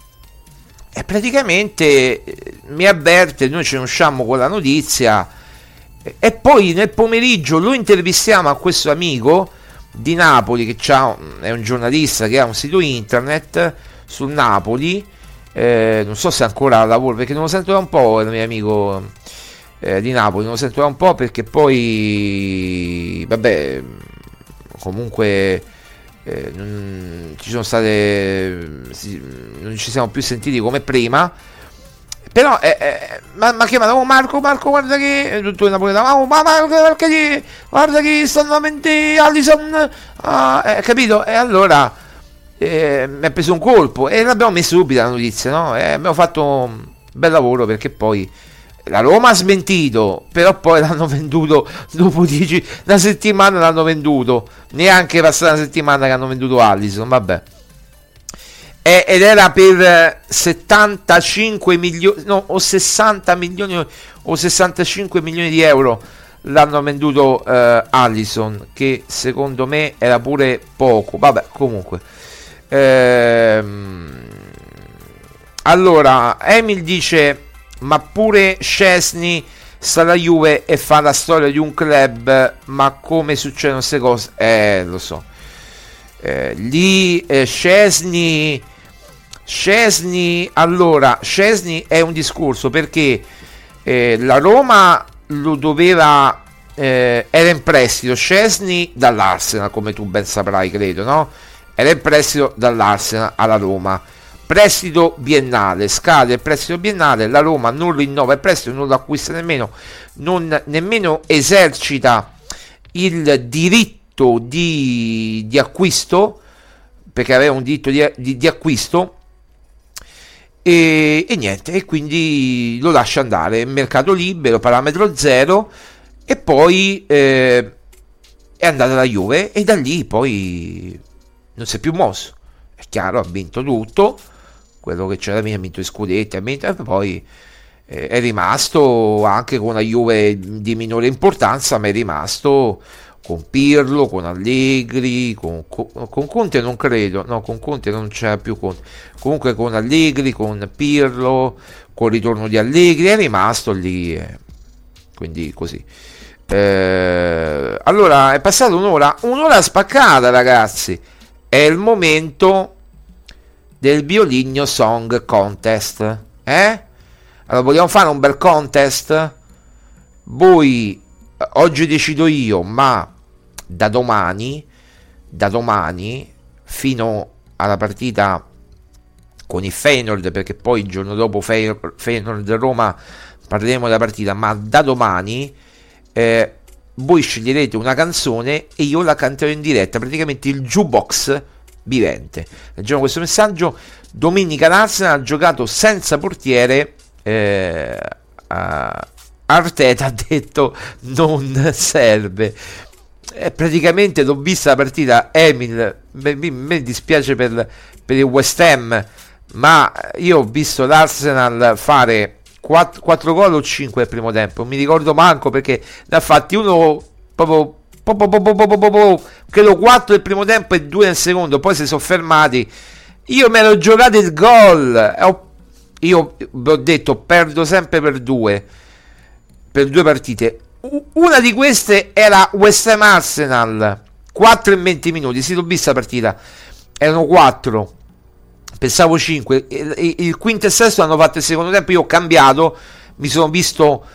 e praticamente mi avverte, noi ce ne usciamo con la notizia, e, e poi nel pomeriggio lo intervistiamo a questo amico di Napoli che c'ha, è un giornalista che ha un sito internet sul Napoli, eh, non so se ancora lavora, perché non lo sento da un po', il mio amico eh, di Napoli, non lo sento da un po', perché poi vabbè, comunque eh, non ci sono state, sì, non ci siamo più sentiti come prima, però eh, eh, ma, ma chiamano: oh Marco, Marco guarda che tutto in napoletano, oh, ma Marco guarda che, guarda che stanno a vendere Alisson, ah, eh, capito? E allora eh, mi ha preso un colpo e l'abbiamo messo subito la notizia, no? E abbiamo fatto un bel lavoro, perché poi la Roma ha smentito, però poi l'hanno venduto dopo dieci, una settimana l'hanno venduto, neanche passata una settimana che hanno venduto Alisson, vabbè. Ed era per settantacinque milioni, no, o sessanta milioni o sessantacinque milioni di euro l'hanno venduto eh, Alisson, che secondo me era pure poco, vabbè, comunque. Ehm, allora Emil dice: ma pure Szczesny sta alla Juve e fa la storia di un club, ma come succedono queste cose? Eh, lo so. Eh, lì eh, Szczesny Szczesny allora Szczesny è un discorso, perché eh, la Roma lo doveva eh, era in prestito Szczesny dall'Arsenal, come tu ben saprai, credo, no? Era in prestito dall'Arsenal alla Roma, prestito biennale, scade il prestito biennale, la Roma non rinnova il prestito, non lo acquista nemmeno, non nemmeno esercita il diritto di, di acquisto, perché aveva un diritto di, di, di acquisto, e, e niente, e quindi lo lascia andare, mercato libero, parametro zero, e poi eh, è andato alla Juve e da lì poi non si è più mosso. È chiaro, ha vinto tutto quello che c'era, ha vinto i scudetti, ha vinto, e poi eh, è rimasto anche con la Juve di minore importanza, ma è rimasto con Pirlo, con Allegri, con, con, con Conte non credo, no, con Conte non c'era più Conte, comunque con Allegri, con Pirlo, con il ritorno di Allegri, è rimasto lì, eh. Quindi così. Eh, allora è passata un'ora, un'ora spaccata, ragazzi, è il momento del Violigno Song Contest, eh? Allora vogliamo fare un bel contest? Voi, oggi decido io, ma da domani, da domani fino alla partita con il Feyenoord, perché poi il giorno dopo Feyenoord Roma parleremo della partita, ma da domani eh, voi sceglierete una canzone e io la canterò in diretta, praticamente il jukebox vivente. Leggiamo questo messaggio: domenica l'Arsenal ha giocato senza portiere, eh, Arteta ha detto non serve. Eh, praticamente l'ho vista la partita, Emil, mi, mi dispiace per, per il West Ham, ma io ho visto l'Arsenal fare quattro gol o cinque al primo tempo, non mi ricordo manco, perché ne ha fatti uno proprio po, po, po, po, po, po, po, credo quattro nel primo tempo e due nel secondo, poi si sono fermati. Io me l'ho giocato il gol, ho, io vi ho detto perdo sempre per due per due partite. Una di queste era West Ham Arsenal, quattro in venti minuti, sì, l'ho vista la partita, erano quattro, pensavo cinque, il, il quinto e sesto hanno fatto il secondo tempo, io ho cambiato, mi sono visto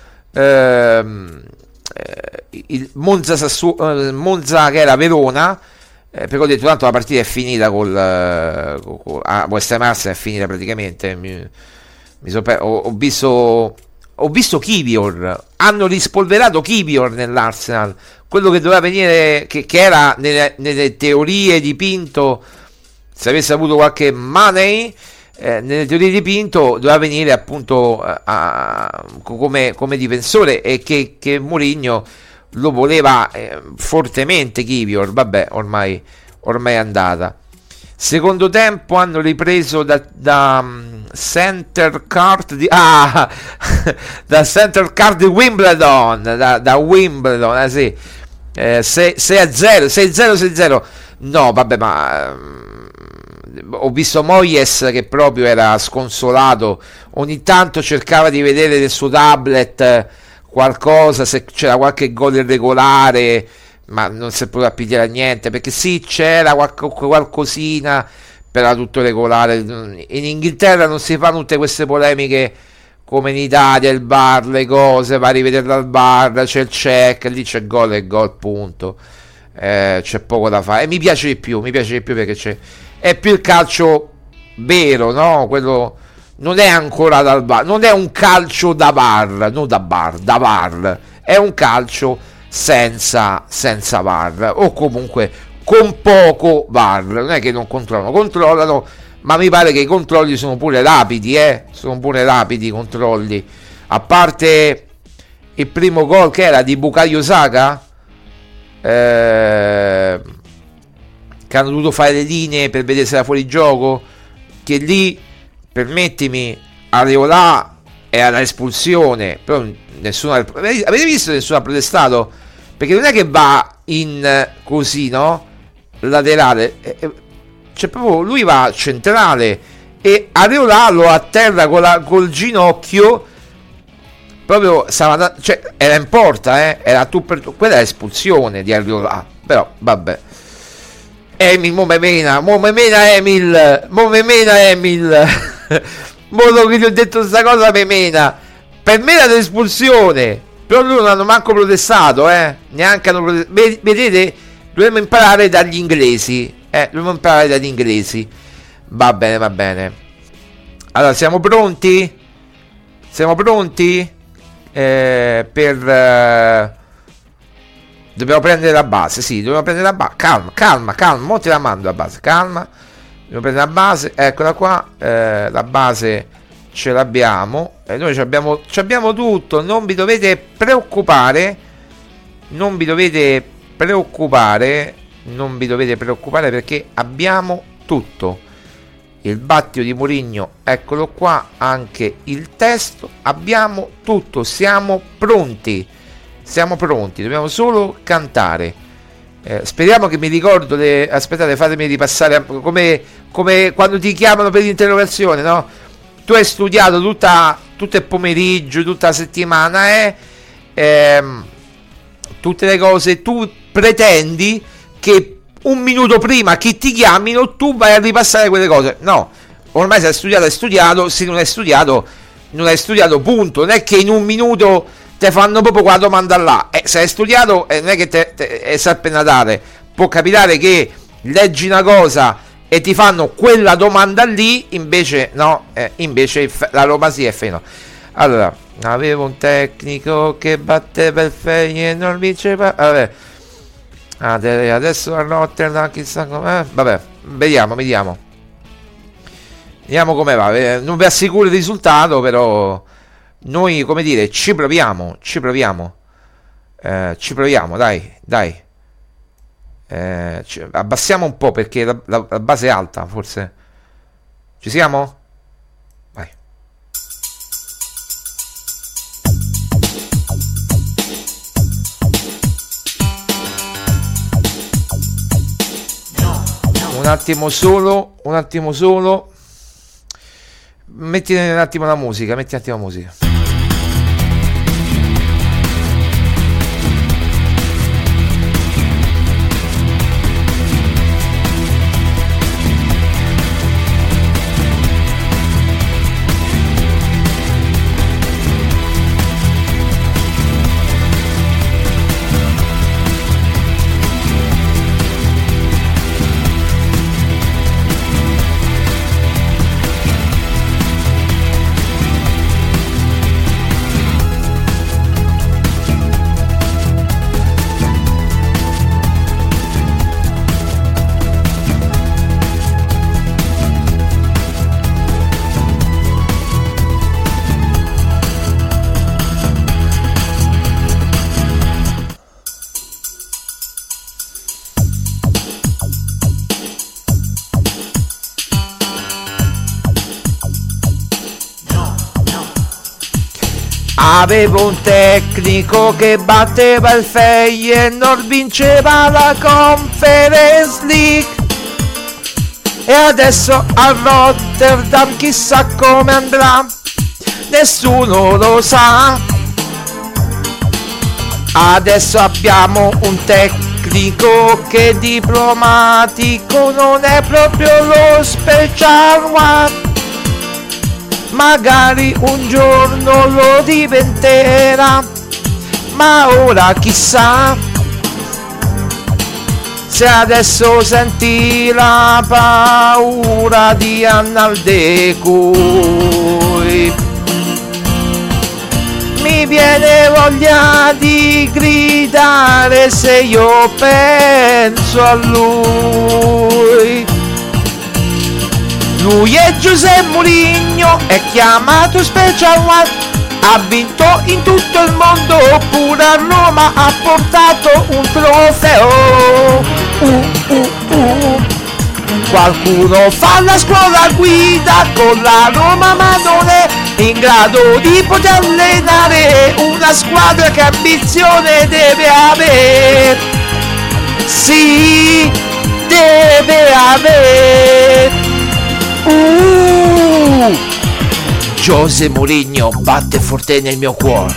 ehm, eh, il Monza, Sassu, eh, Monza che era Verona, eh, perché ho detto tanto la partita è finita col, eh, col ah, West Ham Arsenal è finita praticamente, mi, mi so, ho, ho visto... Ho visto Kivior, hanno rispolverato Kivior nell'Arsenal, quello che doveva venire, che, che era nelle, nelle teorie di Pinto, se avesse avuto qualche money, eh, nelle teorie di Pinto doveva venire appunto a, a, come, come difensore, e che, che Mourinho lo voleva eh, fortemente Kivior, vabbè, ormai, ormai è andata. Secondo tempo hanno ripreso da, da um, Center Court di ah da Center Court di Wimbledon, da, da Wimbledon, eh sì, eh, sei a zero, sei a zero, sei a zero. No, vabbè, ma um, ho visto Moyes che proprio era sconsolato, ogni tanto cercava di vedere nel suo tablet qualcosa, se c'era qualche gol irregolare, ma non si è potuto appigliare a niente, perché sì, c'era qualc- qualcosina, però tutto regolare. In Inghilterra non si fanno tutte queste polemiche come in Italia, il bar, le cose, va a rivedere dal bar, c'è il check, lì c'è gol e gol, punto. Eh, c'è poco da fare, e mi piace di più, mi piace di più perché c'è, è più il calcio vero, no? Quello non è ancora dal bar, non è un calcio da bar, non da bar, da bar, è un calcio senza senza V A R, o comunque con poco V A R. Non è che non controllano, controllano, ma mi pare che i controlli sono pure rapidi, eh sono pure rapidi i controlli, a parte il primo gol che era di Bukayo Saka, eh, che hanno dovuto fare le linee per vedere se era fuori gioco, che lì, permettimi, Areola era espulsione, però nessuno avete visto, nessuno ha protestato, perché non è che va in così, no, laterale, cioè proprio lui va centrale e Areola lo atterra con la, col ginocchio, proprio stava, cioè era in porta, eh, era tu per tu, quella è espulsione di Areola, però vabbè. Emil, mo me mena, mo me mena Emil, mo me mena Emil modo che gli ho detto sta cosa me mena. Per me era l'espulsione, però loro non hanno manco protestato, eh neanche hanno protestato. Vedete, dobbiamo imparare dagli inglesi, eh dobbiamo imparare dagli inglesi. Va bene, va bene. Allora, siamo pronti? Siamo pronti? Eh, per eh, dobbiamo prendere la base, sì, dobbiamo prendere la base. Calma, calma, calma, mo te la mando la base, calma. Dobbiamo prendere la base, eccola qua, eh, la base ce l'abbiamo, e noi ci abbiamo, ci abbiamo tutto, non vi dovete preoccupare, non vi dovete preoccupare, non vi dovete preoccupare perché abbiamo tutto. Il battito di Mourinho, eccolo qua, anche il testo, abbiamo tutto, siamo pronti, siamo pronti, dobbiamo solo cantare. Eh, speriamo che mi ricordo le... aspettate, fatemi ripassare come, come quando ti chiamano per l'interrogazione, no? Tu hai studiato tutta, tutto il pomeriggio, tutta la settimana, eh? Ehm, tutte le cose, tu pretendi che un minuto prima che ti chiamino tu vai a ripassare quelle cose. No, ormai se hai studiato hai studiato, se non hai studiato non hai studiato, punto. Non è che in un minuto te fanno proprio quella domanda là, eh, se hai studiato eh, non è che te, te, è sempre Natale, può capitare che leggi una cosa e ti fanno quella domanda lì, invece no, eh, invece la Roma sì è feno. Allora, avevo un tecnico che batteva il Feyenoord e non vinceva, vabbè, adesso a Rotterdam chissà come, eh, vabbè. vediamo, vediamo. Vediamo come va. Non vi assicuro il risultato, però noi, come dire, ci proviamo, ci proviamo. Eh, ci proviamo, dai, dai. Eh, ci, abbassiamo un po' perché la, la, la base è alta, forse. Ci siamo? Vai. Un attimo solo, un attimo solo. Metti un attimo la musica, metti un attimo la musica. Avevo un tecnico che batteva il Feyenoord, vinceva la Conference League, e adesso a Rotterdam chissà come andrà, nessuno lo sa. Adesso abbiamo un tecnico che diplomatico, non è proprio lo special one. Magari un giorno lo diventerà, ma ora chissà. Se adesso senti la paura di Annaldecui, mi viene voglia di gridare se io penso a lui. Lui è José Mourinho, è chiamato Special One, ha vinto in tutto il mondo, pure a Roma ha portato un trofeo. Uh, uh, uh. Qualcuno fa la scuola guida con la Roma, ma non è in grado di poter allenare una squadra che ambizione deve avere. Sì, deve avere. Uh, José Mourinho batte forte nel mio cuore.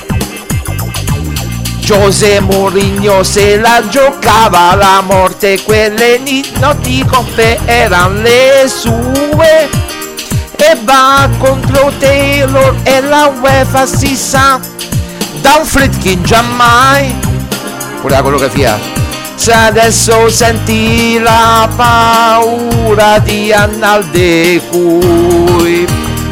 José Mourinho se la giocava la morte, quelle notti coppe erano le sue, e va contro Taylor e la UEFA si sa, da un Friedkin giammai. Pure la coreografia. Se adesso senti la paura di Annaldecui,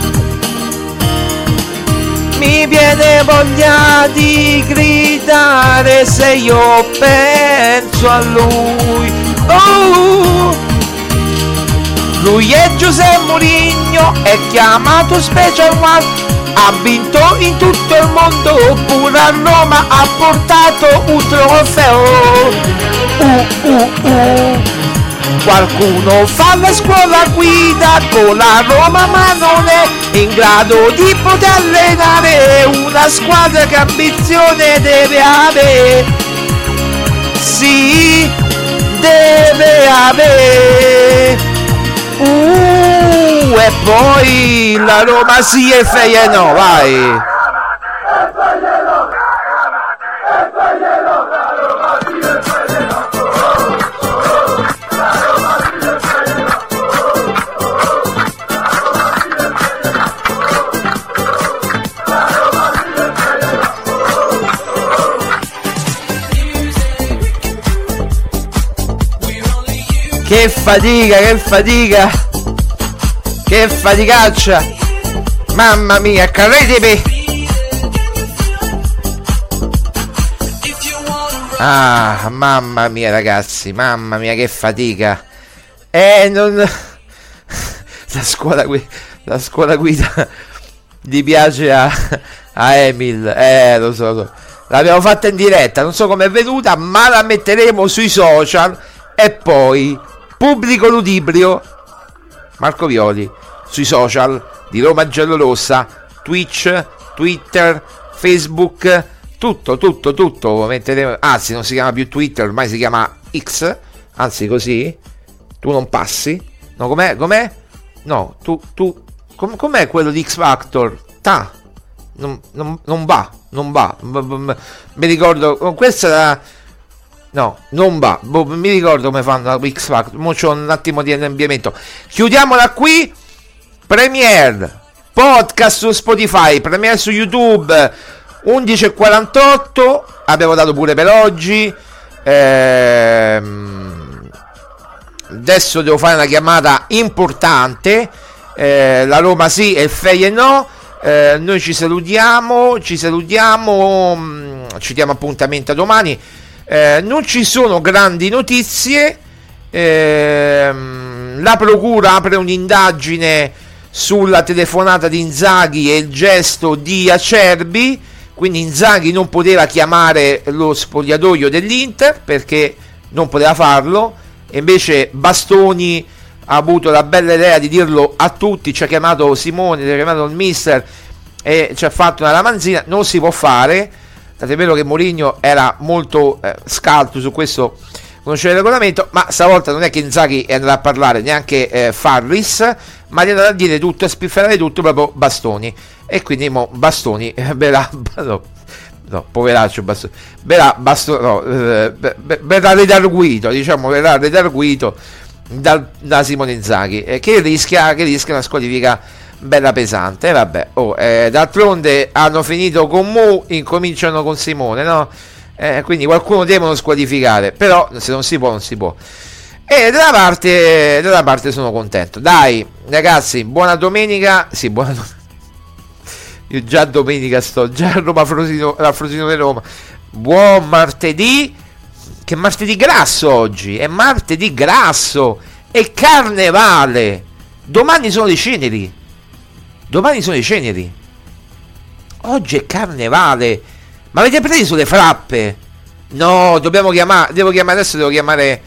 mi viene voglia di gridare se io penso a lui. Oh, lui è José Mourinho, è chiamato Special One, ha vinto in tutto il mondo, pure a Roma ha portato un trofeo. Uh, uh, uh. Qualcuno fa la scuola guida con la Roma, ma non è in grado di poter allenare una squadra che ambizione deve avere. Sì, deve avere. Uh, e poi la Roma sì e Feyenoord, vai. Che fatica, che fatica, che faticaccia, mamma mia, credimi. Ah, mamma mia ragazzi, mamma mia che fatica, Eh, non... la scuola guida, la scuola guida gli piace a, a Emil, eh, lo so, lo so. L'abbiamo fatta in diretta, non so come è venuta, ma la metteremo sui social e poi pubblico ludibrio Marco Violi sui social di Roma Giallorossa, Twitch, Twitter, Facebook, tutto, tutto, tutto metteremo. Anzi, non si chiama più Twitter, ormai si chiama X, anzi così, tu non passi, no, com'è, com'è? No, tu, tu, com- com'è quello di X Factor? Ta, non, non, non va, non va, mi ricordo, questa era... No, non va, boh, mi ricordo come fanno la X Factor, mo c'ho un attimo di ambientamento. Chiudiamola qui, Premiere, podcast su Spotify, Premiere su YouTube, undici e quarantotto, abbiamo dato pure per oggi, ehm, adesso devo fare una chiamata importante, eh, la Roma sì e il Feie no, eh, noi ci salutiamo, ci salutiamo, mh, ci diamo appuntamento a domani. Eh, non ci sono grandi notizie, eh, la procura apre un'indagine sulla telefonata di Inzaghi e il gesto di Acerbi, quindi Inzaghi non poteva chiamare lo spogliatoio dell'Inter perché non poteva farlo, e invece Bastoni ha avuto la bella idea di dirlo a tutti, ci ha chiamato Simone, ci ha chiamato il mister e ci ha fatto una ramanzina, non si può fare. È vero che Mourinho era molto eh, scaltro su questo, conosceva il regolamento, ma stavolta non è che Inzaghi è andato a parlare neanche eh, Farris, ma gli è andato a dire tutto, a spifferare tutto proprio Bastoni, e quindi mo Bastoni eh, verrà, no, no, poveraccio Bastoni, verrà Bastoni, no, eh, verrà redarguito, diciamo, verrà redarguito da, da Simone Inzaghi, eh, che rischia, che rischia una squalifica bella pesante, eh, vabbè, oh, eh, d'altronde hanno finito con Mu, incominciano con Simone, no? Eh, quindi qualcuno devono squalificare, però se non si può non si può, e dalla parte, dalla parte sono contento. Dai ragazzi, buona domenica, sì, buona domenica, io già domenica sto, già a Roma Frosino, la Frosinone Roma, buon martedì, che martedì grasso oggi, è martedì grasso, è carnevale, domani sono le ceneri. Domani sono i ceneri. Oggi è carnevale. Ma avete preso le frappe? No, dobbiamo chiamare. Devo chiamare adesso. Devo chiamare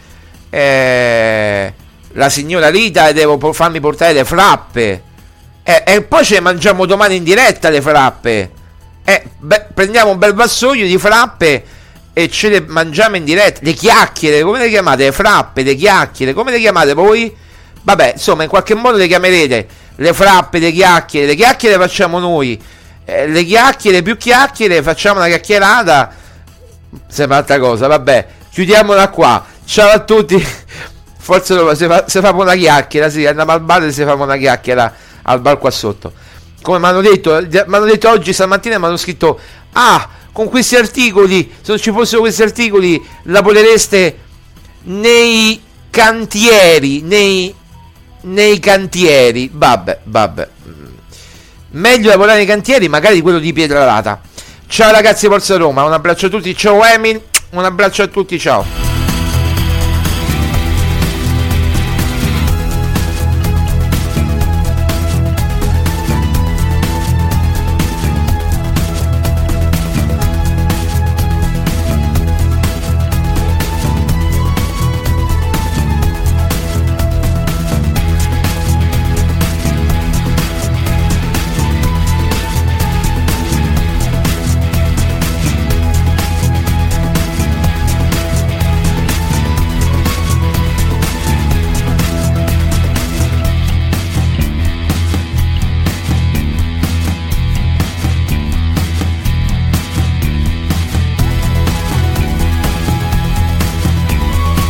eh, la signora Rita e devo farmi portare le frappe. Eh, e poi ce le mangiamo domani in diretta le frappe. Eh, beh, prendiamo un bel vassoio di frappe e ce le mangiamo in diretta. Le chiacchiere, come le chiamate? Le frappe, le chiacchiere, come le chiamate voi? Vabbè, insomma, in qualche modo le chiamerete. Le frappe, le chiacchiere, le chiacchiere facciamo noi, eh, le chiacchiere più chiacchiere, facciamo una chiacchierata, sembra altra cosa, vabbè, chiudiamola qua, ciao a tutti, forse se, fa, se famo una chiacchiera, sì, andiamo al bar e se famo una chiacchiera al bar qua sotto, come mi hanno detto, mi hanno detto oggi stamattina, mi hanno scritto, ah, con questi articoli, se non ci fossero questi articoli, lavorereste nei cantieri, nei... nei cantieri, vabbè, vabbè, meglio lavorare nei cantieri, magari quello di Pietralata. Ciao ragazzi, Forza Roma, un abbraccio a tutti, ciao Emil, un abbraccio a tutti, ciao.